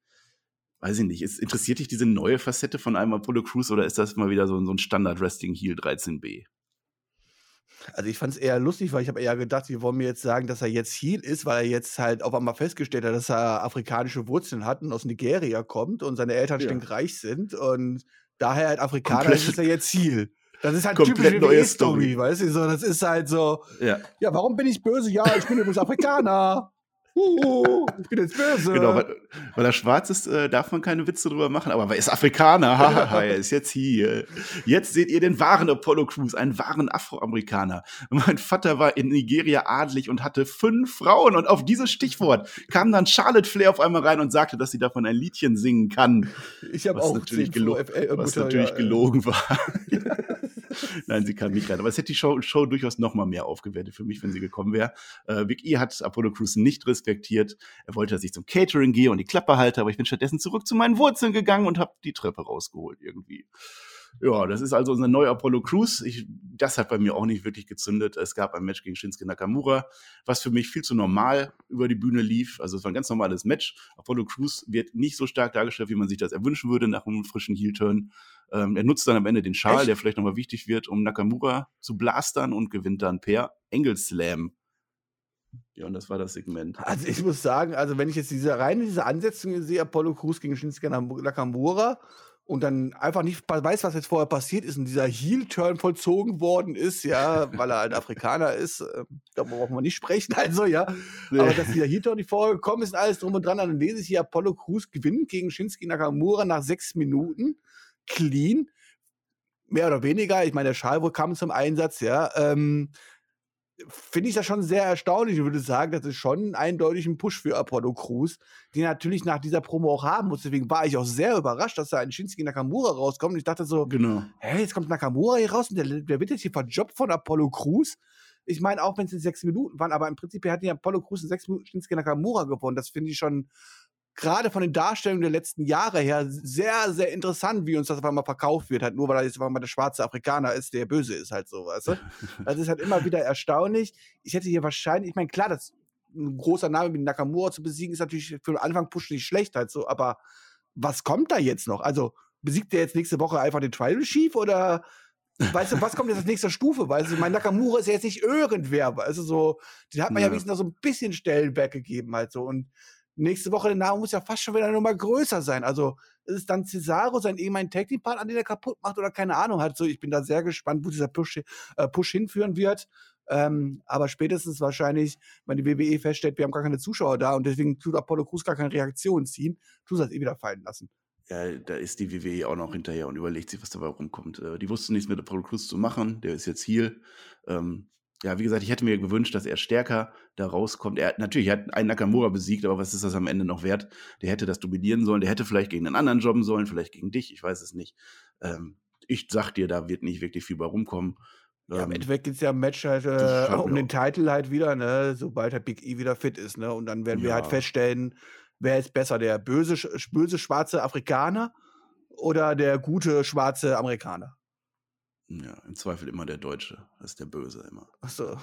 Weiß ich nicht, ist, interessiert dich diese neue Facette von einem Apollo Crews oder ist das mal wieder so, ein- so ein Standard-Wrestling-Heel dreizehn b? Also ich fand es eher lustig, weil ich habe eher gedacht, sie wollen mir jetzt sagen, dass er jetzt Heel ist, weil er jetzt halt auf einmal festgestellt hat, dass er afrikanische Wurzeln hat und aus Nigeria kommt und seine Eltern Ja. stinkreich sind und daher halt Afrikaner Komplett- ist, ist er jetzt Heel. Das ist halt Komplett typisch neue W W Story. E-Story, weißt du? So, das ist halt so, Ja, ja, warum bin ich böse? Ja, ich bin übrigens Afrikaner. Uh, ich bin jetzt böse. genau, weil, weil er schwarz ist, äh, darf man keine Witze drüber machen, aber er ist Afrikaner, hahaha, er ist jetzt hier. Jetzt seht ihr den wahren Apollo Crews, einen wahren Afroamerikaner. Mein Vater war in Nigeria adlig und hatte fünf Frauen und auf dieses Stichwort kam dann Charlotte Flair auf einmal rein und sagte, dass sie davon ein Liedchen singen kann. Ich habe Was auch natürlich, zehn gelo F L was Mutter, natürlich ja, gelogen war. Nein, sie kam nicht rein. Aber es hätte die Show, Show durchaus noch mal mehr aufgewertet für mich, wenn sie gekommen wäre. Äh, Big E hat Apollo Crews nicht respektiert. Er wollte, dass ich zum Catering gehe und die Klappe halte, aber ich bin stattdessen zurück zu meinen Wurzeln gegangen und habe die Treppe rausgeholt irgendwie. Ja, das ist also unser neuer Apollo Crews. Ich das hat bei mir auch nicht wirklich gezündet. Es gab ein Match gegen Shinsuke Nakamura, was für mich viel zu normal über die Bühne lief. Also es war ein ganz normales Match. Apollo Crews wird nicht so stark dargestellt, wie man sich das erwünschen würde nach einem frischen Heel-Turn. Ähm, er nutzt dann am Ende den Schal, Echt? der vielleicht nochmal wichtig wird, um Nakamura zu blastern und gewinnt dann per Angle Slam. Ja, und das war das Segment. Also ich muss sagen, also wenn ich jetzt diese rein diese Ansetzung sehe, Apollo Crews gegen Shinsuke Nakamura und dann einfach nicht weiß, was jetzt vorher passiert ist und dieser Heel-Turn vollzogen worden ist, ja, weil er halt Afrikaner ist, äh, da brauchen wir nicht sprechen, also, ja. Nee. Aber dass dieser Heel-Turn nicht vorher gekommen ist und alles drum und dran, dann lese ich hier, Apollo Crews gewinnt gegen Shinsuke Nakamura nach sechs Minuten, clean, mehr oder weniger, ich meine, der Schal wohl kam zum Einsatz, ja, ähm, finde ich das schon sehr erstaunlich. Ich würde sagen, das ist schon eindeutig ein Push für Apollo Crews, den er natürlich nach dieser Promo auch haben muss. Deswegen war ich auch sehr überrascht, dass da ein Shinsuke Nakamura rauskommt. Und ich dachte so, genau. Hey, jetzt kommt Nakamura hier raus und der, der wird jetzt hier verjobbt von Apollo Crews. Ich meine, auch wenn es in sechs Minuten waren, aber im Prinzip hat die Apollo Crews in sechs Minuten Shinsuke Nakamura gewonnen. Das finde ich schon gerade von den Darstellungen der letzten Jahre her sehr, sehr interessant, wie uns das auf einmal verkauft wird, halt nur, weil er jetzt auf einmal der schwarze Afrikaner ist, der böse ist, halt so, weißt du? Das ist halt immer wieder erstaunlich. Ich hätte hier wahrscheinlich, ich meine, klar, das ein großer Name wie Nakamura zu besiegen, ist natürlich für den Anfang Push nicht schlecht, halt so, aber was kommt da jetzt noch? Also, besiegt der jetzt nächste Woche einfach den Tribal Chief oder weißt du, was kommt jetzt als nächste Stufe? Weißt du, mein Nakamura ist ja jetzt nicht irgendwer, weißt du, so, den hat man ja, ja wenigstens noch so ein bisschen Stellenwert gegeben, halt so, und nächste Woche der Name muss ja fast schon wieder eine Nummer größer sein. Also ist es dann Cesaro, sein ehemaligen Tag-Team-Partner, den er kaputt macht oder keine Ahnung hat. So, ich bin da sehr gespannt, wo dieser Push, äh, Push hinführen wird. Ähm, aber spätestens wahrscheinlich, wenn die W W E feststellt, wir haben gar keine Zuschauer da und deswegen tut Apollo Crews gar keine Reaktion ziehen, tut das eh wieder fallen lassen. Ja, da ist die W W E auch noch hinterher und überlegt sich, was dabei rumkommt. Äh, die wussten nichts mit Apollo Crews zu machen. Der ist jetzt Heel. Ähm, Ja, wie gesagt, ich hätte mir gewünscht, dass er stärker da rauskommt. Er hat natürlich er hat einen Nakamura besiegt, aber was ist das am Ende noch wert? Der hätte das dominieren sollen, der hätte vielleicht gegen einen anderen jobben sollen, vielleicht gegen dich, ich weiß es nicht. Ähm, ich sag dir, da wird nicht wirklich viel bei rumkommen. Ja, im Ähm, Endeffekt geht es ja im Match halt äh, um den Titel halt wieder, ne, sobald halt Big E wieder fit ist, ne, und dann werden wir Ja. halt feststellen, wer ist besser, der böse, sch- böse schwarze Afrikaner oder der gute schwarze Amerikaner? ja, im Zweifel immer der Deutsche, das ist der Böse immer. Ach so.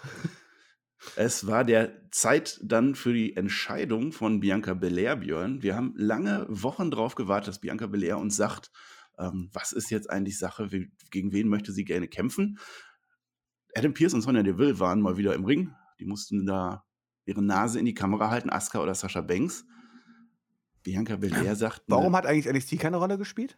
Es war der Zeit dann für die Entscheidung von Bianca Belair, Björn. Wir haben lange Wochen drauf gewartet, dass Bianca Belair uns sagt, ähm, was ist jetzt eigentlich Sache, wie, gegen wen möchte sie gerne kämpfen. Adam Pearce und Sonya Deville waren mal wieder im Ring. Die mussten da ihre Nase in die Kamera halten, Asuka oder Sasha Banks. Bianca Belair sagt... Warum ne, hat eigentlich N X T keine Rolle gespielt?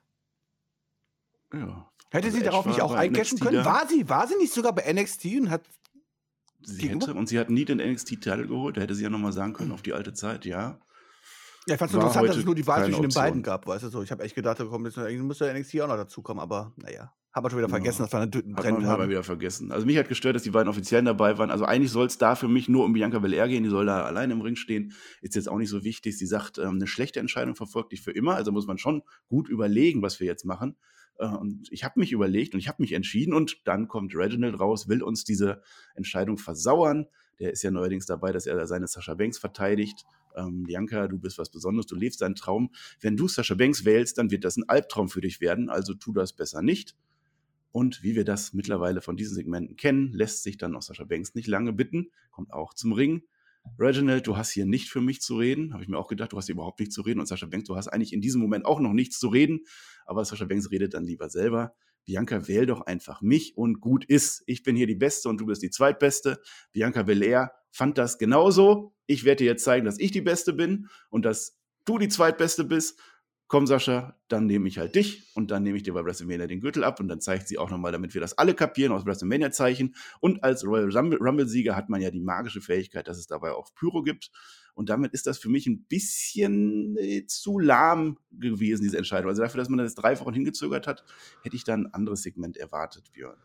ja, Hätte also sie Edge darauf nicht war auch bei eincashen N X T können? da. War sie, war sie nicht sogar bei N X T und hat Sie gegenüber? hätte, und sie hat nie den N X T-Titel geholt. Da hätte sie ja nochmal sagen können, auf die alte Zeit, ja. Ja, ich fand es War interessant, dass heute es nur die Wahl keine zwischen den Option. beiden gab, weißt du so. Ich habe echt gedacht, da kommt jetzt noch, irgendwie muss der N X T auch noch dazukommen, aber naja. Haben wir schon wieder vergessen, Ja, dass wir einen dritten Hat Trend man mal haben. wieder vergessen. Also mich hat gestört, dass die beiden Offiziellen dabei waren. Also eigentlich soll es da für mich nur um Bianca Belair gehen. Die soll da alleine im Ring stehen. Ist jetzt auch nicht so wichtig. Sie sagt, ähm, eine schlechte Entscheidung verfolgt dich für immer. Also muss man schon gut überlegen, was wir jetzt machen. Äh, und ich habe mich überlegt und ich habe mich entschieden. Und dann kommt Reginald raus, will uns diese Entscheidung versauern. Der ist ja neuerdings dabei, dass er seine Sasha Banks verteidigt. Ähm, Bianca, du bist was Besonderes, du lebst deinen Traum. Wenn du Sasha Banks wählst, dann wird das ein Albtraum für dich werden. Also tu das besser nicht. Und wie wir das mittlerweile von diesen Segmenten kennen, lässt sich dann auch Sasha Banks nicht lange bitten, kommt auch zum Ring. Reginald, du hast hier nicht für mich zu reden. Habe ich mir auch gedacht, du hast hier überhaupt nichts zu reden. Und Sasha Banks, du hast eigentlich in diesem Moment auch noch nichts zu reden. Aber Sasha Banks redet dann lieber selber. Bianca, wähl doch einfach mich und gut ist. Ich bin hier die Beste und du bist die Zweitbeste. Bianca Belair fand das genauso. Ich werde dir jetzt zeigen, dass ich die Beste bin und dass du die Zweitbeste bist. Komm, Sascha, dann nehme ich halt dich und dann nehme ich dir bei WrestleMania den Gürtel ab und dann zeigt sie auch nochmal, damit wir das alle kapieren, aus WrestleMania-Zeichen. Und als Royal Rumble-Sieger hat man ja die magische Fähigkeit, dass es dabei auch Pyro gibt. Und damit ist das für mich ein bisschen äh, zu lahm gewesen, diese Entscheidung. Also dafür, dass man das drei Wochen hingezögert hat, hätte ich da ein anderes Segment erwartet, Björn.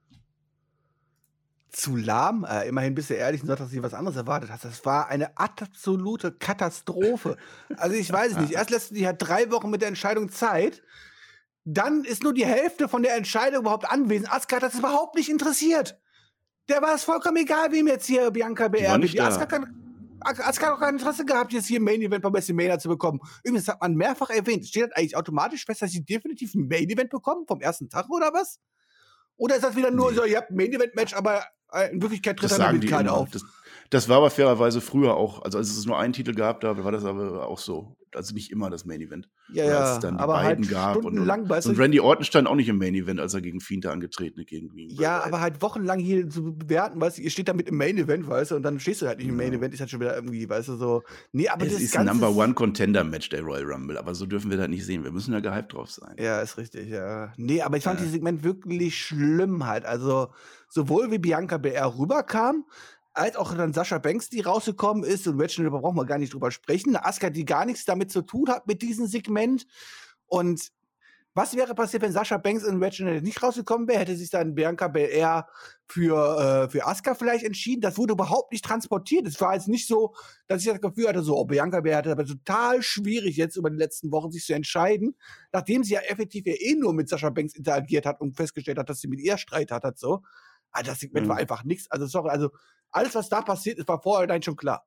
Zu lahm? Äh, immerhin bist du ehrlich und sagst, dass du was anderes erwartet hast. Das war eine absolute Katastrophe. Also ich weiß es nicht. Erst lässt du dir halt drei Wochen mit der Entscheidung Zeit. Dann ist nur die Hälfte von der Entscheidung überhaupt anwesend. Asuka hat das überhaupt nicht interessiert. Der war es vollkommen egal, wem jetzt hier Bianca Die war beerbt. nicht Die da. Asuka kann, Asuka hat auch kein Interesse gehabt, jetzt hier im Main-Event beim WrestleMania zu bekommen. Übrigens hat man mehrfach erwähnt, steht das eigentlich automatisch fest, dass sie definitiv ein Main-Event bekommen vom ersten Tag oder was? Oder ist das wieder nur Nee. so, ihr habt ein Main-Event-Match, aber äh, in Wirklichkeit tritt Das er sagen damit die keiner immer. auf? Das, das war aber fairerweise früher auch. Also als es nur einen Titel gab, da war das aber auch so. Also nicht immer das Main Event. Ja, Oder als ja, es dann die aber beiden halt gab. Und, und, stundenlang, weißt so ein du, Randy Orton stand auch nicht im Main Event, als er gegen Fiend da angetreten ist, gegen Green ja, aber halt wochenlang hier zu bewerten, weißt du, ihr steht da mit im Main Event, weißt du, und dann stehst du halt nicht im Ja. Main Event, ist halt schon wieder irgendwie, weißt du, so. Nee, aber Es das ist ein Ganze. Number One Contender Match, der Royal Rumble. Aber so dürfen wir das nicht sehen. Wir müssen da gehypt drauf sein. Ja, ist richtig, ja. Nee, aber ich fand Ja. dieses Segment wirklich schlimm halt. Also, sowohl wie Bianca Belair rüberkam, als auch dann Sascha Banks, die rausgekommen ist, und Reginald, da brauchen wir gar nicht drüber sprechen. Asuka, die gar nichts damit zu tun hat mit diesem Segment. Und was wäre passiert, wenn Sascha Banks und Reginald nicht rausgekommen wäre? Hätte sich dann Bianca Belair für, äh, für Asuka vielleicht entschieden? Das wurde überhaupt nicht transportiert. Es war jetzt nicht so, dass ich das Gefühl hatte, so, oh, Bianca Belair hatte aber total schwierig jetzt über die letzten Wochen sich zu entscheiden, nachdem sie ja effektiv ja eh nur mit Sascha Banks interagiert hat und festgestellt hat, dass sie mit ihr Streit hat, hat so. Aber das Segment Mhm. war einfach nichts. Also, sorry, also alles, was da passiert ist, war vorher schon klar.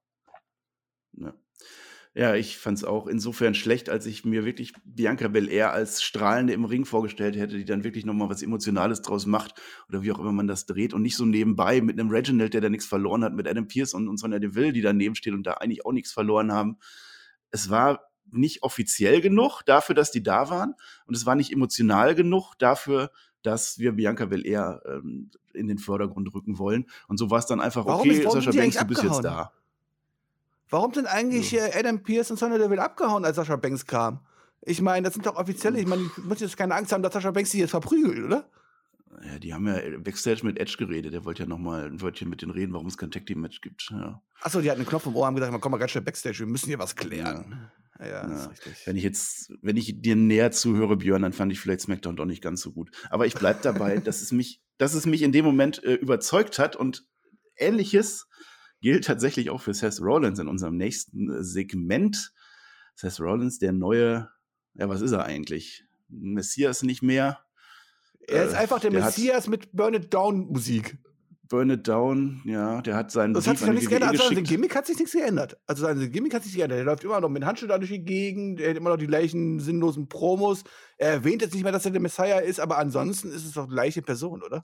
Ja. Ja, ich fand es auch insofern schlecht, als ich mir wirklich Bianca Belair als Strahlende im Ring vorgestellt hätte, die dann wirklich nochmal was Emotionales draus macht oder wie auch immer man das dreht und nicht so nebenbei mit einem Reginald, der da nichts verloren hat, mit Adam Pearce und, und Sonya Deville, die daneben steht und da eigentlich auch nichts verloren haben. Es war nicht offiziell genug dafür, dass die da waren und es war nicht emotional genug dafür, dass wir Bianca Belair ähm, in den Vordergrund rücken wollen. Und so war es dann einfach, Warum okay, ist- warum Sascha sind die Banks, du eigentlich bist jetzt abgehauen? da. Warum sind eigentlich äh, Adam Pearce und Sonya Deville abgehauen, als Sascha Banks kam? Ich meine, das sind doch offizielle, ich meine, ich muss jetzt keine Angst haben, dass Sascha Banks sie jetzt verprügelt, oder? Ja, die haben ja Backstage mit Edge geredet. Der wollte ja noch mal ein Wörtchen mit denen reden, warum es kein Tag-Team-Match gibt. Ja. Achso, die hatten einen Knopf im Ohr, haben gesagt, komm mal ganz schnell Backstage, wir müssen hier was klären. Ja, ja, das Ja. ist richtig. Wenn ich jetzt, wenn ich dir näher zuhöre, Björn, dann fand ich vielleicht SmackDown doch nicht ganz so gut. Aber ich bleib dabei, dass es mich, dass es mich in dem Moment äh, überzeugt hat und Ähnliches gilt tatsächlich auch für Seth Rollins in unserem nächsten äh, Segment. Seth Rollins, der neue, ja, was ist er eigentlich? Ein Messias nicht mehr. Er ist Äh, einfach der, der hat- Messias mit Burn It Down Musik. Burn It Down, ja, der hat seinen Das hat Brief sich an noch die nichts W W E geändert. Also an dem geschickt. Gimmick hat sich nichts geändert. Also sein Gimmick hat sich nicht geändert. Er läuft immer noch mit Handschuhen da durch die Gegend, er hat immer noch die gleichen sinnlosen Promos. Er erwähnt jetzt nicht mehr, dass er der Messiah ist, aber ansonsten ist es doch die gleiche Person, oder?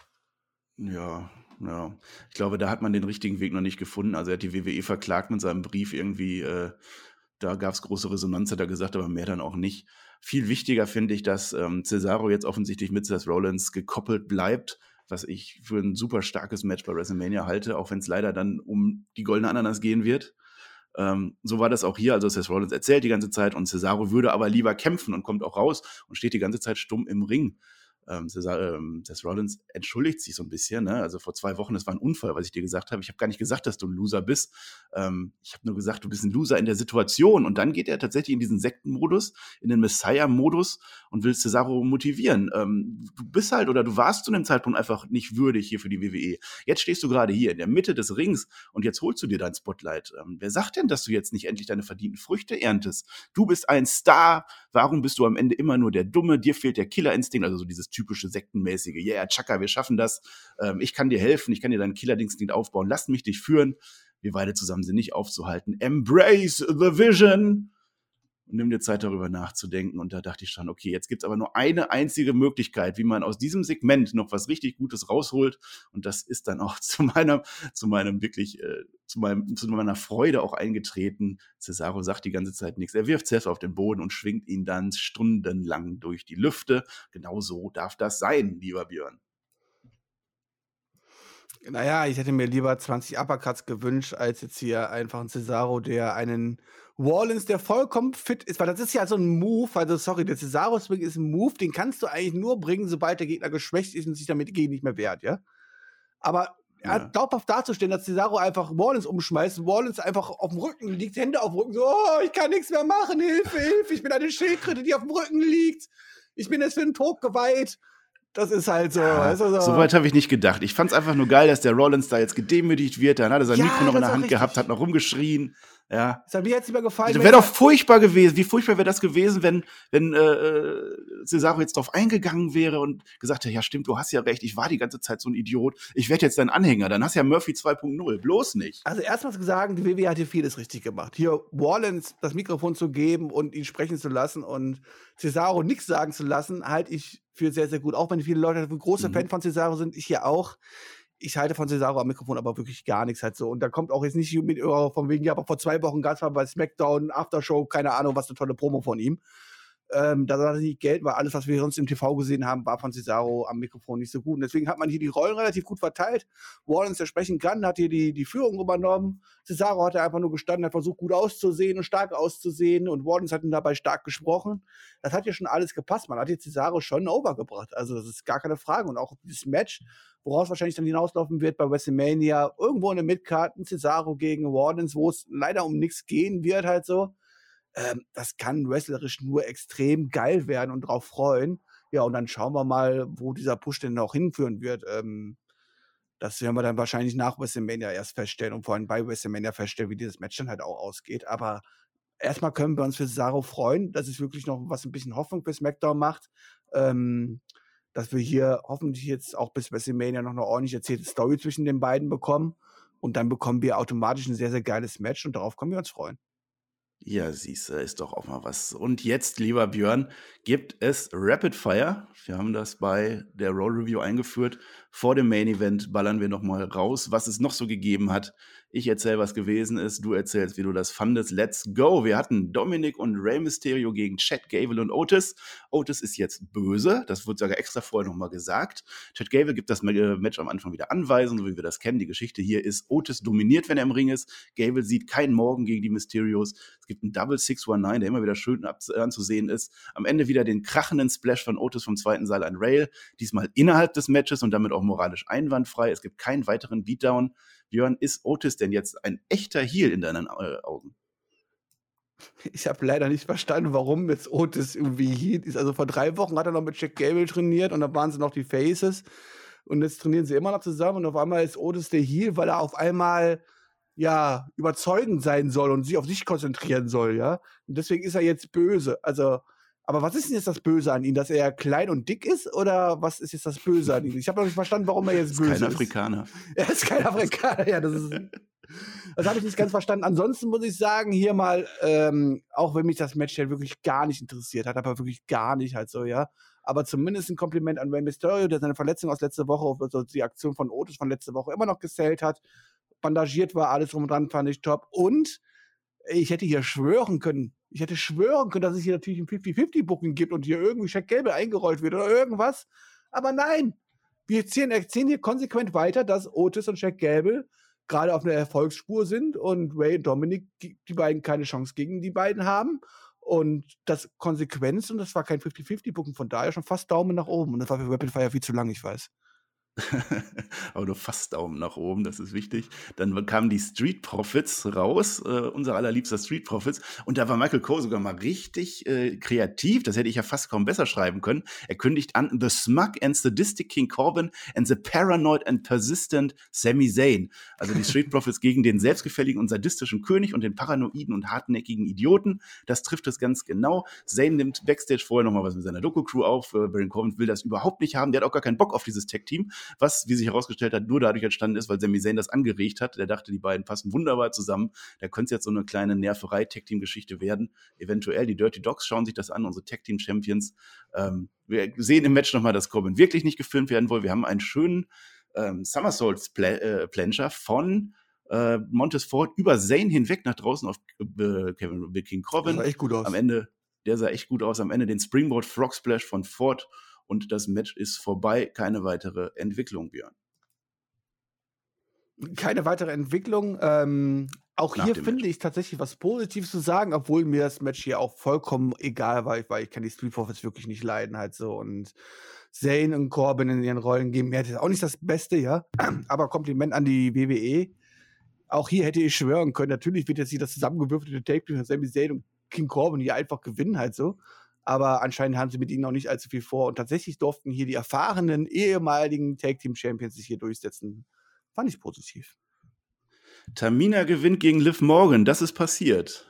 Ja, ja. Ich glaube, da hat man den richtigen Weg noch nicht gefunden. Also er hat die W W E verklagt mit seinem Brief irgendwie. Äh, da gab es große Resonanz, hat er gesagt, aber mehr dann auch nicht. Viel wichtiger finde ich, dass ähm, Cesaro jetzt offensichtlich mit Seth Rollins gekoppelt bleibt, was ich für ein super starkes Match bei WrestleMania halte, auch wenn es leider dann um die goldene Ananas gehen wird. Ähm, so war das auch hier. Also Seth Rollins erzählt die ganze Zeit und Cesaro würde aber lieber kämpfen und kommt auch raus und steht die ganze Zeit stumm im Ring. Ähm, Cesar, ähm, Seth Rollins entschuldigt sich so ein bisschen, ne? Also vor zwei Wochen, das war ein Unfall, was ich dir gesagt habe. Ich habe gar nicht gesagt, dass du ein Loser bist. Ähm, ich habe nur gesagt, du bist ein Loser in der Situation. Und dann geht er tatsächlich in diesen Sektenmodus, in den Messiah-Modus und will Cesaro motivieren. Ähm, du bist halt oder du warst zu einem Zeitpunkt einfach nicht würdig hier für die W W E. Jetzt stehst du gerade hier in der Mitte des Rings und jetzt holst du dir dein Spotlight. Ähm, wer sagt denn, dass du jetzt nicht endlich deine verdienten Früchte erntest? Du bist ein Star. Warum bist du am Ende immer nur der Dumme? Dir fehlt der Killerinstinkt, also so dieses typische sektenmäßige, yeah, Chaka, wir schaffen das. Ähm, ich kann dir helfen, ich kann dir deinen Killerinstinkt aufbauen. Lass mich dich führen. Wir beide zusammen sind nicht aufzuhalten. Embrace the vision. Und nimm dir Zeit, darüber nachzudenken. Und da dachte ich schon, okay, jetzt gibt es aber nur eine einzige Möglichkeit, wie man aus diesem Segment noch was richtig Gutes rausholt. Und das ist dann auch zu meiner, zu meinem wirklich, äh, zu meinem, zu meiner Freude auch eingetreten. Cesaro sagt die ganze Zeit nichts. Er wirft Seth auf den Boden und schwingt ihn dann stundenlang durch die Lüfte. Genau so darf das sein, lieber Björn. Naja, ich hätte mir lieber zwanzig Uppercuts gewünscht, als jetzt hier einfach einen Cesaro, der einen Rollins, der vollkommen fit ist. Weil das ist ja so ein Move, also sorry, der Cesaro-Swing ist ein Move, den kannst du eigentlich nur bringen, sobald der Gegner geschwächt ist und sich damit gegen nicht mehr wehrt, ja? Aber er Ja. hat glaubhaft darzustellen, dass Cesaro einfach Rollins umschmeißt, Rollins einfach auf dem Rücken liegt, Hände auf dem Rücken, so, oh, ich kann nichts mehr machen, Hilfe, Hilfe, ich bin eine Schildkröte, die auf dem Rücken liegt. Ich bin jetzt für den Tod geweiht. Das ist halt so, Ja, weißt du, so. so weit habe ich nicht gedacht. Ich fand es einfach nur geil, dass der Rollins da jetzt gedemütigt wird. Dann hat er sein Ja, Mikro noch in das der ist Hand auch gehabt, richtig. hat noch rumgeschrien. Ja. Das hat mir jetzt nicht mehr gefallen. Das wäre doch furchtbar gewesen. Wie furchtbar wäre das gewesen, wenn, wenn äh, Cesaro jetzt drauf eingegangen wäre und gesagt hätte, ja stimmt, du hast ja recht, ich war die ganze Zeit so ein Idiot, ich werde jetzt dein Anhänger, dann hast du ja Murphy zwei Punkt null, bloß nicht. Also erstmal sagen, die W W E hat hier vieles richtig gemacht. Hier Rollins das Mikrofon zu geben und ihn sprechen zu lassen und Cesaro nichts sagen zu lassen, halte ich für sehr, sehr gut. Auch wenn viele Leute große mhm. Fan von Cesaro sind, ich hier auch. Ich halte von Cesaro am Mikrofon aber wirklich gar nichts halt so. Und da kommt auch jetzt nicht mit von wegen, ja, aber vor zwei Wochen gab es mal bei SmackDown, Aftershow, keine Ahnung, was eine tolle Promo von ihm. Ähm, da war nicht Geld, weil alles, was wir sonst im T V gesehen haben, war von Cesaro am Mikrofon nicht so gut. Und deswegen hat man hier die Rollen relativ gut verteilt. Rollins, der sprechen kann, hat hier die, die Führung übernommen. Cesaro hat einfach nur gestanden, hat versucht, gut auszusehen und stark auszusehen. Und Rollins hat ihn dabei stark gesprochen. Das hat ja schon alles gepasst. Man hat hier Cesaro schon overgebracht. Also das ist gar keine Frage. Und auch dieses Match, woraus wahrscheinlich dann hinauslaufen wird bei WrestleMania, irgendwo in der Midcard, ein Cesaro gegen Rollins, wo es leider um nichts gehen wird halt so. Ähm, das kann wrestlerisch nur extrem geil werden und drauf freuen. Ja, und dann schauen wir mal, wo dieser Push denn noch hinführen wird. Ähm, das werden wir dann wahrscheinlich nach WrestleMania erst feststellen und vor allem bei WrestleMania feststellen, wie dieses Match dann halt auch ausgeht. Aber erstmal können wir uns für Cesaro freuen, dass es wirklich noch was ein bisschen Hoffnung für SmackDown macht. Ähm, dass wir hier hoffentlich jetzt auch bis WrestleMania noch eine ordentlich erzählte Story zwischen den beiden bekommen. Und dann bekommen wir automatisch ein sehr, sehr geiles Match und darauf können wir uns freuen. Ja, siehst du, ist doch auch mal was. Und jetzt, lieber Björn, gibt es Rapid Fire. Wir haben das bei der Raw Review eingeführt. Vor dem Main Event ballern wir nochmal raus, was es noch so gegeben hat. Ich erzähle, was gewesen ist. Du erzählst, wie du das fandest. Let's go! Wir hatten Dominik und Rey Mysterio gegen Chad Gable und Otis. Otis ist jetzt böse. Das wird sogar extra vorher nochmal gesagt. Chad Gable gibt das Match am Anfang wieder Anweisungen, so wie wir das kennen. Die Geschichte hier ist, Otis dominiert, wenn er im Ring ist. Gable sieht keinen Morgen gegen die Mysterios. Es gibt einen Double six one nine, der immer wieder schön anzusehen ist. Am Ende wieder den krachenden Splash von Otis vom zweiten Seil an Rail. Diesmal innerhalb des Matches und damit auch moralisch einwandfrei. Es gibt keinen weiteren Beatdown. Björn, ist Otis denn jetzt ein echter Heel in deinen äh, Augen? Ich habe leider nicht verstanden, warum jetzt Otis irgendwie Heel ist. Also vor drei Wochen hat er noch mit Chad Gable trainiert und da waren sie noch die Faces. Und jetzt trainieren sie immer noch zusammen und auf einmal ist Otis der Heel, weil er auf einmal ja überzeugend sein soll und sich auf sich konzentrieren soll, ja. Und deswegen ist er jetzt böse. Also, aber was ist denn jetzt das Böse an ihm? Dass er klein und dick ist? Oder was ist jetzt das Böse an ihm? Ich habe noch nicht verstanden, warum er jetzt ist böse kein ist. Afrikaner. Er ist kein Afrikaner, ja, das ist. Das habe ich nicht ganz verstanden. Ansonsten muss ich sagen, hier mal, ähm, auch wenn mich das Match halt wirklich gar nicht interessiert hat, aber wirklich gar nicht halt so, ja. Aber zumindest ein Kompliment an Rey Mysterio, der seine Verletzung aus letzter Woche, also die Aktion von Otis von letzter Woche immer noch gesellt hat. Bandagiert war, alles drum und dran, fand ich top. Und ich hätte hier schwören können, ich hätte schwören können, dass es hier natürlich ein fifty fifty Booking gibt und hier irgendwie Chad Gable eingerollt wird oder irgendwas. Aber nein, wir erzählen, erzählen hier konsequent weiter, dass Otis und Chad Gable gerade auf einer Erfolgsspur sind und Ray und Dominic, die beiden keine Chance gegen die beiden haben. Und das Konsequenz, und das war kein fifty fifty Booking, von daher schon fast Daumen nach oben. Und das war für Rapid Fire viel zu lang, ich weiß. Aber nur fast Daumen nach oben, das ist wichtig. Dann kamen die Street Profits raus, äh, unser allerliebster Street Profits. Und da war Michael Cole sogar mal richtig äh, kreativ. Das hätte ich ja fast kaum besser schreiben können. Er kündigt an: The Smug and Sadistic King Corbin and the Paranoid and Persistent Sami Zayn. Also die Street Profits gegen den selbstgefälligen und sadistischen König und den paranoiden und hartnäckigen Idioten. Das trifft es ganz genau. Zayn nimmt Backstage vorher nochmal was mit seiner Doku-Crew auf. Äh, Baron Corbin will das überhaupt nicht haben. Der hat auch gar keinen Bock auf dieses Tag-Team. Was, wie sich herausgestellt hat, nur dadurch entstanden ist, weil Sami Zayn das angeregt hat. Der dachte, die beiden passen wunderbar zusammen. Da könnte es jetzt so eine kleine Nerverei-Tag-Team-Geschichte werden. Eventuell, die Dirty Dogs schauen sich das an, unsere Tag-Team-Champions. Ähm, wir sehen im Match nochmal, dass Corbin wirklich nicht gefilmt werden will. Wir haben einen schönen ähm, Somersault-Plancher von äh, Montez Ford über Zayn hinweg nach draußen auf äh, Kevin Big King Corbin. Das sah echt gut aus. Am Ende, der sah echt gut aus. Am Ende den Springboard Frog Splash von Ford. Und das Match ist vorbei. Keine weitere Entwicklung, Björn. Keine weitere Entwicklung. Ähm, auch Nach hier dem finde Match. ich tatsächlich was Positives zu sagen, obwohl mir das Match hier auch vollkommen egal war, weil ich kann die Street Profits wirklich nicht leiden halt so. Und Zayn und Corbin in ihren Rollen geben mir jetzt auch nicht das Beste, ja. Aber Kompliment an die W W E. Auch hier hätte ich schwören können, natürlich wird jetzt hier das zusammengewürfelte Take von Sami Zayn und King Corbin hier einfach gewinnen halt so. Aber anscheinend haben sie mit ihnen noch nicht allzu viel vor. Und tatsächlich durften hier die erfahrenen ehemaligen Tag-Team-Champions sich hier durchsetzen. Fand ich positiv. Tamina gewinnt gegen Liv Morgan, das ist passiert.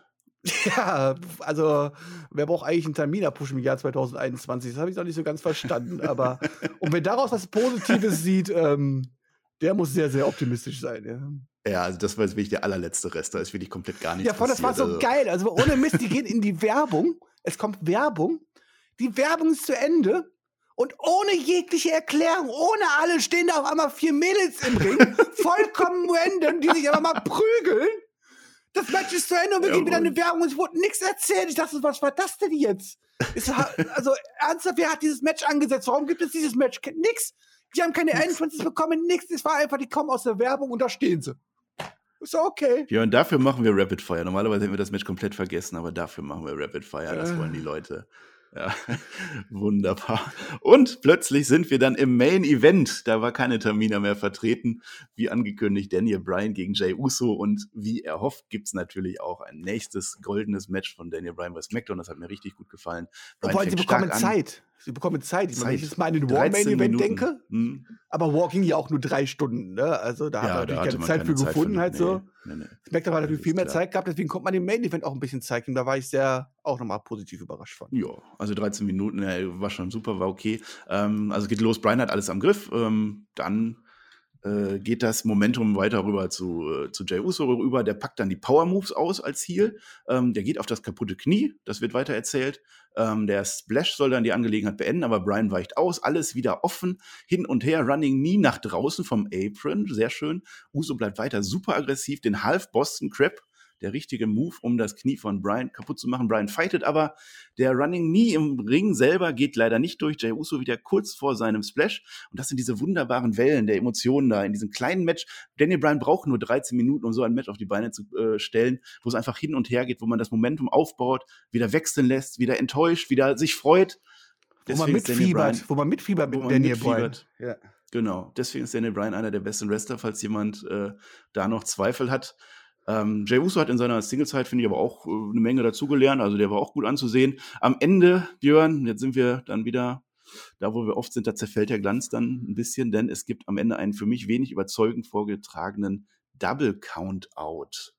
Ja, also wer braucht eigentlich einen Tamina-Push im Jahr zwanzig einundzwanzig? Das habe ich noch nicht so ganz verstanden. Aber und wer daraus was Positives sieht, ähm, der muss sehr, sehr optimistisch sein. Ja, ja also das war jetzt wirklich der allerletzte Rest. Da ist wirklich komplett gar nichts ja, voll, das war so also. geil. Also ohne Mist, die gehen in die Werbung. Es kommt Werbung. Die Werbung ist zu Ende. Und ohne jegliche Erklärung, ohne alle, stehen da auf einmal vier Mädels im Ring. Vollkommen random, die sich aber mal prügeln. Das Match ist zu Ende und wir Ja, gehen wieder in Mann. eine Werbung und es wurde nichts erzählt. Ich dachte, was war das denn jetzt? Ist, also ernsthaft, wer hat dieses Match angesetzt? Warum gibt es dieses Match? Nix. Die haben keine Entrances bekommen, nix. Es war einfach, die kommen aus der Werbung und da stehen sie. Ist so okay. Ja, und dafür machen wir Rapid Fire. Normalerweise hätten wir das Match komplett vergessen, aber dafür machen wir Rapid Fire. Das wollen die Leute. Ja, wunderbar. Und plötzlich sind wir dann im Main Event. Da war keine Tamina mehr vertreten. Wie angekündigt, Daniel Bryan gegen Jey Uso. Und wie erhofft, gibt es natürlich auch ein nächstes goldenes Match von Daniel Bryan bei SmackDown. Das hat mir richtig gut gefallen. Obwohl, sie bekommen Zeit. Sie bekommen Zeit. Ich meine, wenn ich jetzt mal an den War Main Event Minuten. denke, hm. aber Walking ja auch nur drei Stunden, ne? Also da Ja, hat man da natürlich hatte keine man Zeit keine für Zeit gefunden, für- halt nee, so. nee, nee. SmackDown hat natürlich Das viel ist mehr klar. Zeit gehabt, deswegen konnte man den Main Event auch ein bisschen zeigen. Da war ich sehr, auch nochmal positiv überrascht von. Ja, also dreizehn Minuten, ja, war schon super, war okay. Ähm, also geht los, Bryan hat alles am Griff. Ähm, dann äh, geht das Momentum weiter rüber zu, äh, zu Jey Uso rüber. Der packt dann die Power Moves aus als Heel. Ähm, der geht auf das kaputte Knie, das wird weiter erzählt. Ähm, der Splash soll dann die Angelegenheit beenden, aber Bryan weicht aus. Alles wieder offen, hin und her, Running Knee nach draußen vom Apron, sehr schön. Uso bleibt weiter super aggressiv, den Half Boston Crab. Der richtige Move, um das Knie von Bryan kaputt zu machen. Bryan fightet aber. Der Running Knee im Ring selber geht leider nicht durch. Jey Uso wieder kurz vor seinem Splash. Und das sind diese wunderbaren Wellen der Emotionen da in diesem kleinen Match. Daniel Bryan braucht nur dreizehn Minuten, um so ein Match auf die Beine zu äh, stellen, wo es einfach hin und her geht, wo man das Momentum aufbaut, wieder wechseln lässt, wieder enttäuscht, wieder sich freut. Wo man Deswegen ist Daniel Bryan- mitfiebert, wo man mitfiebert wo mit man Daniel Bryan. mitfiebert. Ja. Genau, deswegen ist Daniel Bryan einer der besten Wrestler, falls jemand äh, da noch Zweifel hat. Ähm, Jey Uso hat in seiner Singlezeit, finde ich, aber auch äh, eine Menge dazugelernt. Also der war auch gut anzusehen. Am Ende, Björn, jetzt sind wir dann wieder da, wo wir oft sind, da zerfällt der Glanz dann ein bisschen, denn es gibt am Ende einen für mich wenig überzeugend vorgetragenen Double Count-Out.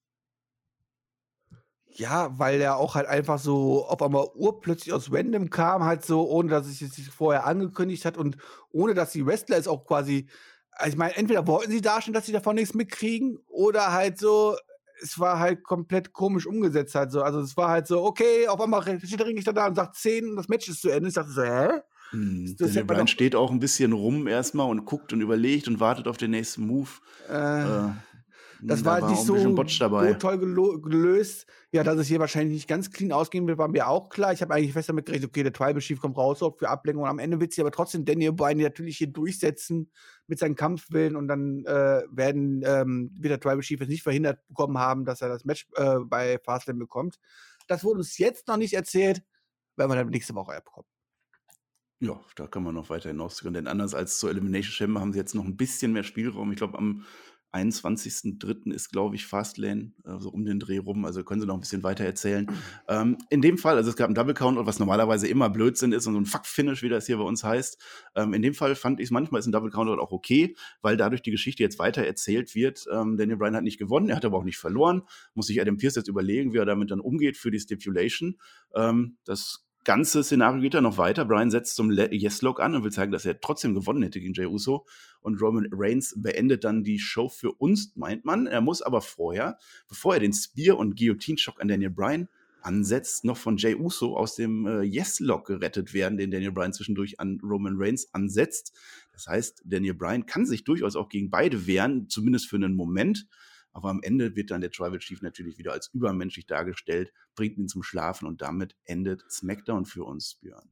Ja, weil er auch halt einfach so auf einmal urplötzlich aus Random kam, halt so, ohne dass es sich vorher angekündigt hat und ohne dass die Wrestler es auch quasi, also ich meine, entweder wollten sie darstellen, dass sie davon nichts mitkriegen, oder halt so, es war halt komplett komisch umgesetzt halt so. Also es war halt so, okay, auf einmal steht der Richter da und sagt zehn und das Match ist zu Ende. Ich dachte so, hä? Hm, Das Daniel hätte man Bryan doch- steht auch ein bisschen rum erstmal und guckt und überlegt und wartet auf den nächsten Move. Äh, Äh, Das da war auch nicht ein so, bisschen Botch dabei. so toll gelo- gelöst. Ja, dass es hier wahrscheinlich nicht ganz clean ausgehen wird, war mir auch klar. Ich habe eigentlich fest damit gerechnet, okay, der Tribal Chief kommt raus, sorgt für Ablenkung. Und am Ende wird sich aber trotzdem Daniel Bryan natürlich hier durchsetzen mit seinem Kampfwillen. Und dann äh, werden, ähm, wird der Tribal Chief jetzt nicht verhindert bekommen haben, dass er das Match äh, bei Fastlane bekommt. Das wurde uns jetzt noch nicht erzählt, werden wir dann nächste Woche bekommen. Ja, da kann man noch weiter hinauszögern. Denn anders als zur Elimination Chamber haben sie jetzt noch ein bisschen mehr Spielraum. Ich glaube, am einundzwanzigsten dritten ist, glaube ich, Fastlane, äh, so um den Dreh rum. Also können sie noch ein bisschen weiter erzählen. Ähm, in dem Fall, also es gab einen Double Count, was normalerweise immer Blödsinn ist und so ein Fuck-Finish, wie das hier bei uns heißt. Ähm, in dem Fall fand ich es manchmal ist ein Double Count auch okay, weil dadurch die Geschichte jetzt weiter erzählt wird. Ähm, Daniel Bryan hat nicht gewonnen, er hat aber auch nicht verloren. Muss sich Adam Pearce jetzt überlegen, wie er damit dann umgeht für die Stipulation. Ähm, das ganze Szenario geht dann noch weiter. Bryan setzt zum Le- Yes-Lock an und will zeigen, dass er trotzdem gewonnen hätte gegen Jey Uso. Und Roman Reigns beendet dann die Show für uns, meint man. Er muss aber vorher, bevor er den Spear- und Guillotine-Schock an Daniel Bryan ansetzt, noch von Jey Uso aus dem äh, Yes-Lock gerettet werden, den Daniel Bryan zwischendurch an Roman Reigns ansetzt. Das heißt, Daniel Bryan kann sich durchaus auch gegen beide wehren, zumindest für einen Moment. Aber am Ende wird dann der Tribal Chief natürlich wieder als übermenschlich dargestellt, bringt ihn zum Schlafen und damit endet SmackDown für uns, Björn.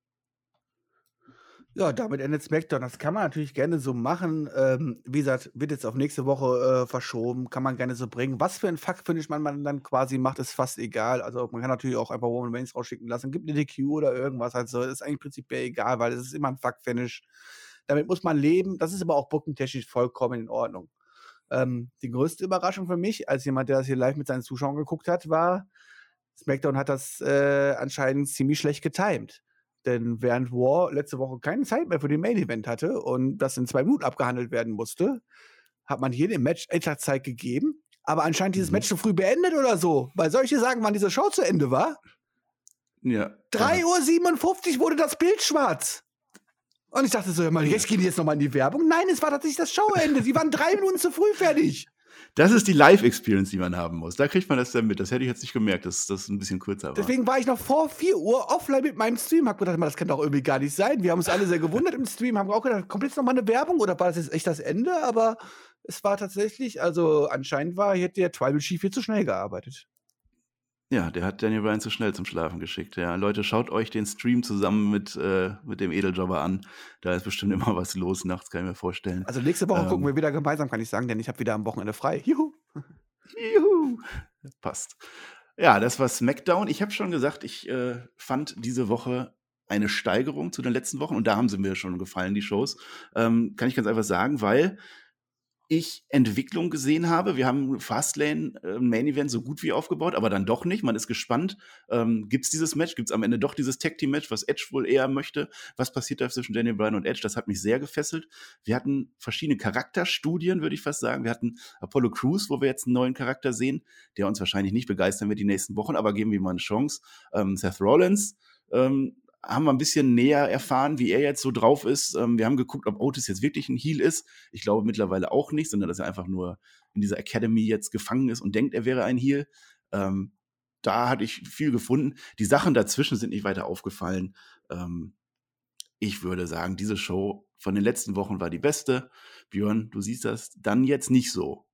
Ja, damit endet SmackDown. Das kann man natürlich gerne so machen. Ähm, wie gesagt, wird jetzt auf nächste Woche äh, verschoben. Kann man gerne so bringen. Was für ein Fuck-Finish man, man dann quasi macht, ist fast egal. Also man kann natürlich auch einfach Roman Reigns rausschicken lassen. Gibt eine D Q oder irgendwas halt so. Das ist eigentlich prinzipiell egal, weil es ist immer ein Fuck-Finish. Damit muss man leben. Das ist aber auch bookentechnisch vollkommen in Ordnung. Ähm, die größte Überraschung für mich, als jemand, der das hier live mit seinen Zuschauern geguckt hat, war, SmackDown hat das äh, anscheinend ziemlich schlecht getimed. Denn während War letzte Woche keine Zeit mehr für den Main Event hatte und das in zwei Minuten abgehandelt werden musste, hat man jedem Match Echtzeit gegeben, aber anscheinend dieses Mhm. Match zu früh beendet oder so. Weil soll ich dir sagen, wann diese Show zu Ende war? Ja. drei Uhr siebenundfünfzig wurde das Bild schwarz. Und ich dachte so, hör mal, jetzt gehen die jetzt nochmal in die Werbung. Nein, es war tatsächlich das Showende. Sie waren drei Minuten zu früh fertig. Das ist die Live-Experience, die man haben muss. Da kriegt man das dann mit. Das hätte ich jetzt nicht gemerkt, dass das ein bisschen kürzer war. Deswegen war ich noch vor vier Uhr offline mit meinem Stream. Hab gedacht, das kann doch irgendwie gar nicht sein. Wir haben uns alle sehr gewundert im Stream. Haben auch gedacht, kommt jetzt nochmal eine Werbung oder war das jetzt echt das Ende? Aber es war tatsächlich, also anscheinend war, hätte der Tribal Chief viel zu schnell gearbeitet. Ja, der hat Daniel Bryan zu schnell zum Schlafen geschickt. Ja, Leute, schaut euch den Stream zusammen mit, äh, mit dem Edeljobber an. Da ist bestimmt immer was los nachts, kann ich mir vorstellen. Also nächste Woche Ähm. gucken wir wieder gemeinsam, kann ich sagen, denn ich habe wieder am Wochenende frei. Juhu. Juhu. Passt. Ja, das war SmackDown. Ich habe schon gesagt, ich äh, fand diese Woche eine Steigerung zu den letzten Wochen und da haben sie mir schon gefallen, die Shows. Ähm, kann ich ganz einfach sagen, weil ich Entwicklung gesehen habe. Wir haben Fastlane äh, Main Event so gut wie aufgebaut, aber dann doch nicht. Man ist gespannt. Ähm, gibt es dieses Match? Gibt es am Ende doch dieses Tag Team Match, was Edge wohl eher möchte? Was passiert da zwischen Daniel Bryan und Edge? Das hat mich sehr gefesselt. Wir hatten verschiedene Charakterstudien, würde ich fast sagen. Wir hatten Apollo Crews, wo wir jetzt einen neuen Charakter sehen, der uns wahrscheinlich nicht begeistern wird die nächsten Wochen, aber geben wir mal eine Chance. Ähm, Seth Rollins, ähm, haben wir ein bisschen näher erfahren, wie er jetzt so drauf ist. Ähm, wir haben geguckt, ob Otis jetzt wirklich ein Heel ist. Ich glaube mittlerweile auch nicht, sondern dass er einfach nur in dieser Academy jetzt gefangen ist und denkt, er wäre ein Heel. Ähm, da hatte ich viel gefunden. Die Sachen dazwischen sind nicht weiter aufgefallen. Ähm, ich würde sagen, diese Show von den letzten Wochen war die beste. Björn, du siehst das dann jetzt nicht so.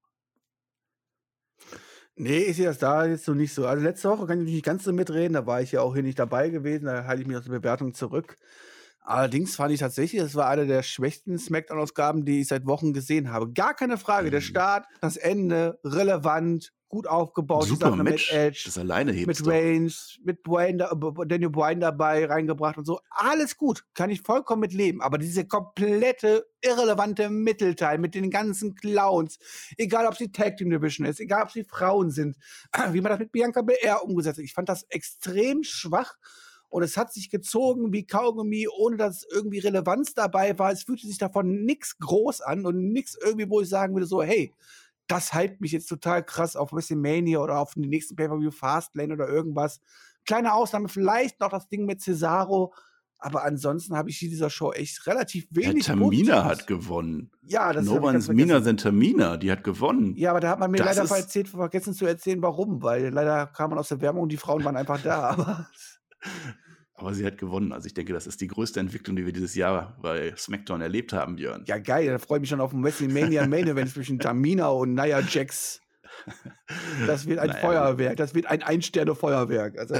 Nee, ich sehe das da jetzt so nicht so. Also letzte Woche kann ich nicht ganz so mitreden, da war ich ja auch hier nicht dabei gewesen, da halte ich mich aus der Bewertung zurück. Allerdings fand ich tatsächlich, das war eine der schwächsten Smackdown-Ausgaben, die ich seit Wochen gesehen habe. Gar keine Frage, der Start, das Ende, relevant, gut aufgebaut. die Super Sache Match. Mit Edge, Das alleine hebt mit Reigns, mit Bryan, da- B- Daniel Bryan dabei reingebracht und so. Alles gut, kann ich vollkommen mit leben. Aber diese komplette, irrelevante Mittelteil mit den ganzen Clowns, egal ob sie Tag Team Division ist, egal ob sie Frauen sind, wie man das mit Bianca Belair umgesetzt hat. Ich fand das extrem schwach. Und es hat sich gezogen wie Kaugummi, ohne dass irgendwie Relevanz dabei war. Es fühlte sich davon nichts groß an und nichts irgendwie, wo ich sagen würde, so, hey, das hypt mich jetzt total krass auf WrestleMania oder auf den nächsten Pay-Per-View Fastlane oder irgendwas. Kleine Ausnahme, vielleicht noch das Ding mit Cesaro. Aber ansonsten habe ich hier dieser Show echt relativ wenig Ja, Tamina Positives. hat gewonnen. Ja, das No hab ich ganz one's Mina vergessen. than Tamina, die hat gewonnen. Ja, aber da hat man mir Das leider ist- erzählt, vergessen zu erzählen, warum. Weil leider kam man aus der Werbung und die Frauen waren einfach da. Aber Aber sie hat gewonnen. Also ich denke, das ist die größte Entwicklung, die wir dieses Jahr bei SmackDown erlebt haben, Björn. ja, geil, da freue ich mich schon auf ein WrestleMania Main Event zwischen Tamina und Nia Jax. Das wird ein Naja, Feuerwerk, das wird ein Ein-Sterne-Feuerwerk. Also,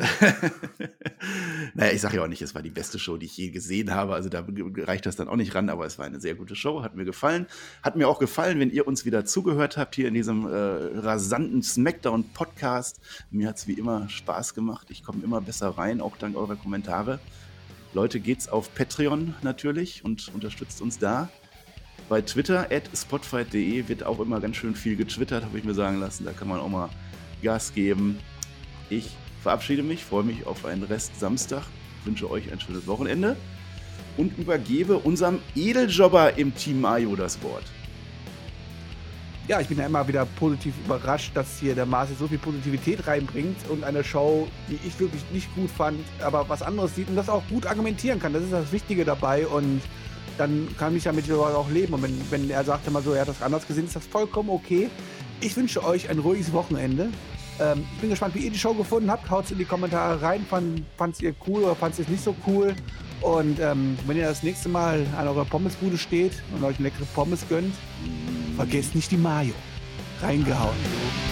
Naja, ich sage ja auch nicht, es war die beste Show, die ich je gesehen habe. Also da reicht das dann auch nicht ran, aber es war eine sehr gute Show, hat mir gefallen. Hat mir auch gefallen, wenn ihr uns wieder zugehört habt hier in diesem äh, rasanten Smackdown-Podcast. Mir hat es wie immer Spaß gemacht. Ich komme immer besser rein, auch dank eurer Kommentare. Leute, geht's auf Patreon natürlich und unterstützt uns da. Bei Twitter, at spotfight punkt de, wird auch immer ganz schön viel getwittert, habe ich mir sagen lassen. Da kann man auch mal Gas geben. Ich verabschiede mich, freue mich auf einen Rest Samstag, wünsche euch ein schönes Wochenende und übergebe unserem Edeljobber im Team Mayo das Wort. ja, ich bin ja immer wieder positiv überrascht, dass hier der Marcel so viel Positivität reinbringt und eine Show, die ich wirklich nicht gut fand, aber was anderes sieht und das auch gut argumentieren kann. Das ist das Wichtige dabei und dann kann ich damit auch leben. Und wenn, wenn er sagt immer so, er hat das anders gesehen, ist das vollkommen okay. Ich wünsche euch ein ruhiges Wochenende. Ähm, ich bin gespannt, wie ihr die Show gefunden habt. Haut in die Kommentare rein. Fand, fand's ihr cool oder fand's ihr nicht so cool? Und ähm, wenn ihr das nächste Mal an eurer Pommesbude steht und euch eine leckere Pommes gönnt, vergesst nicht die Mayo. Reingehauen.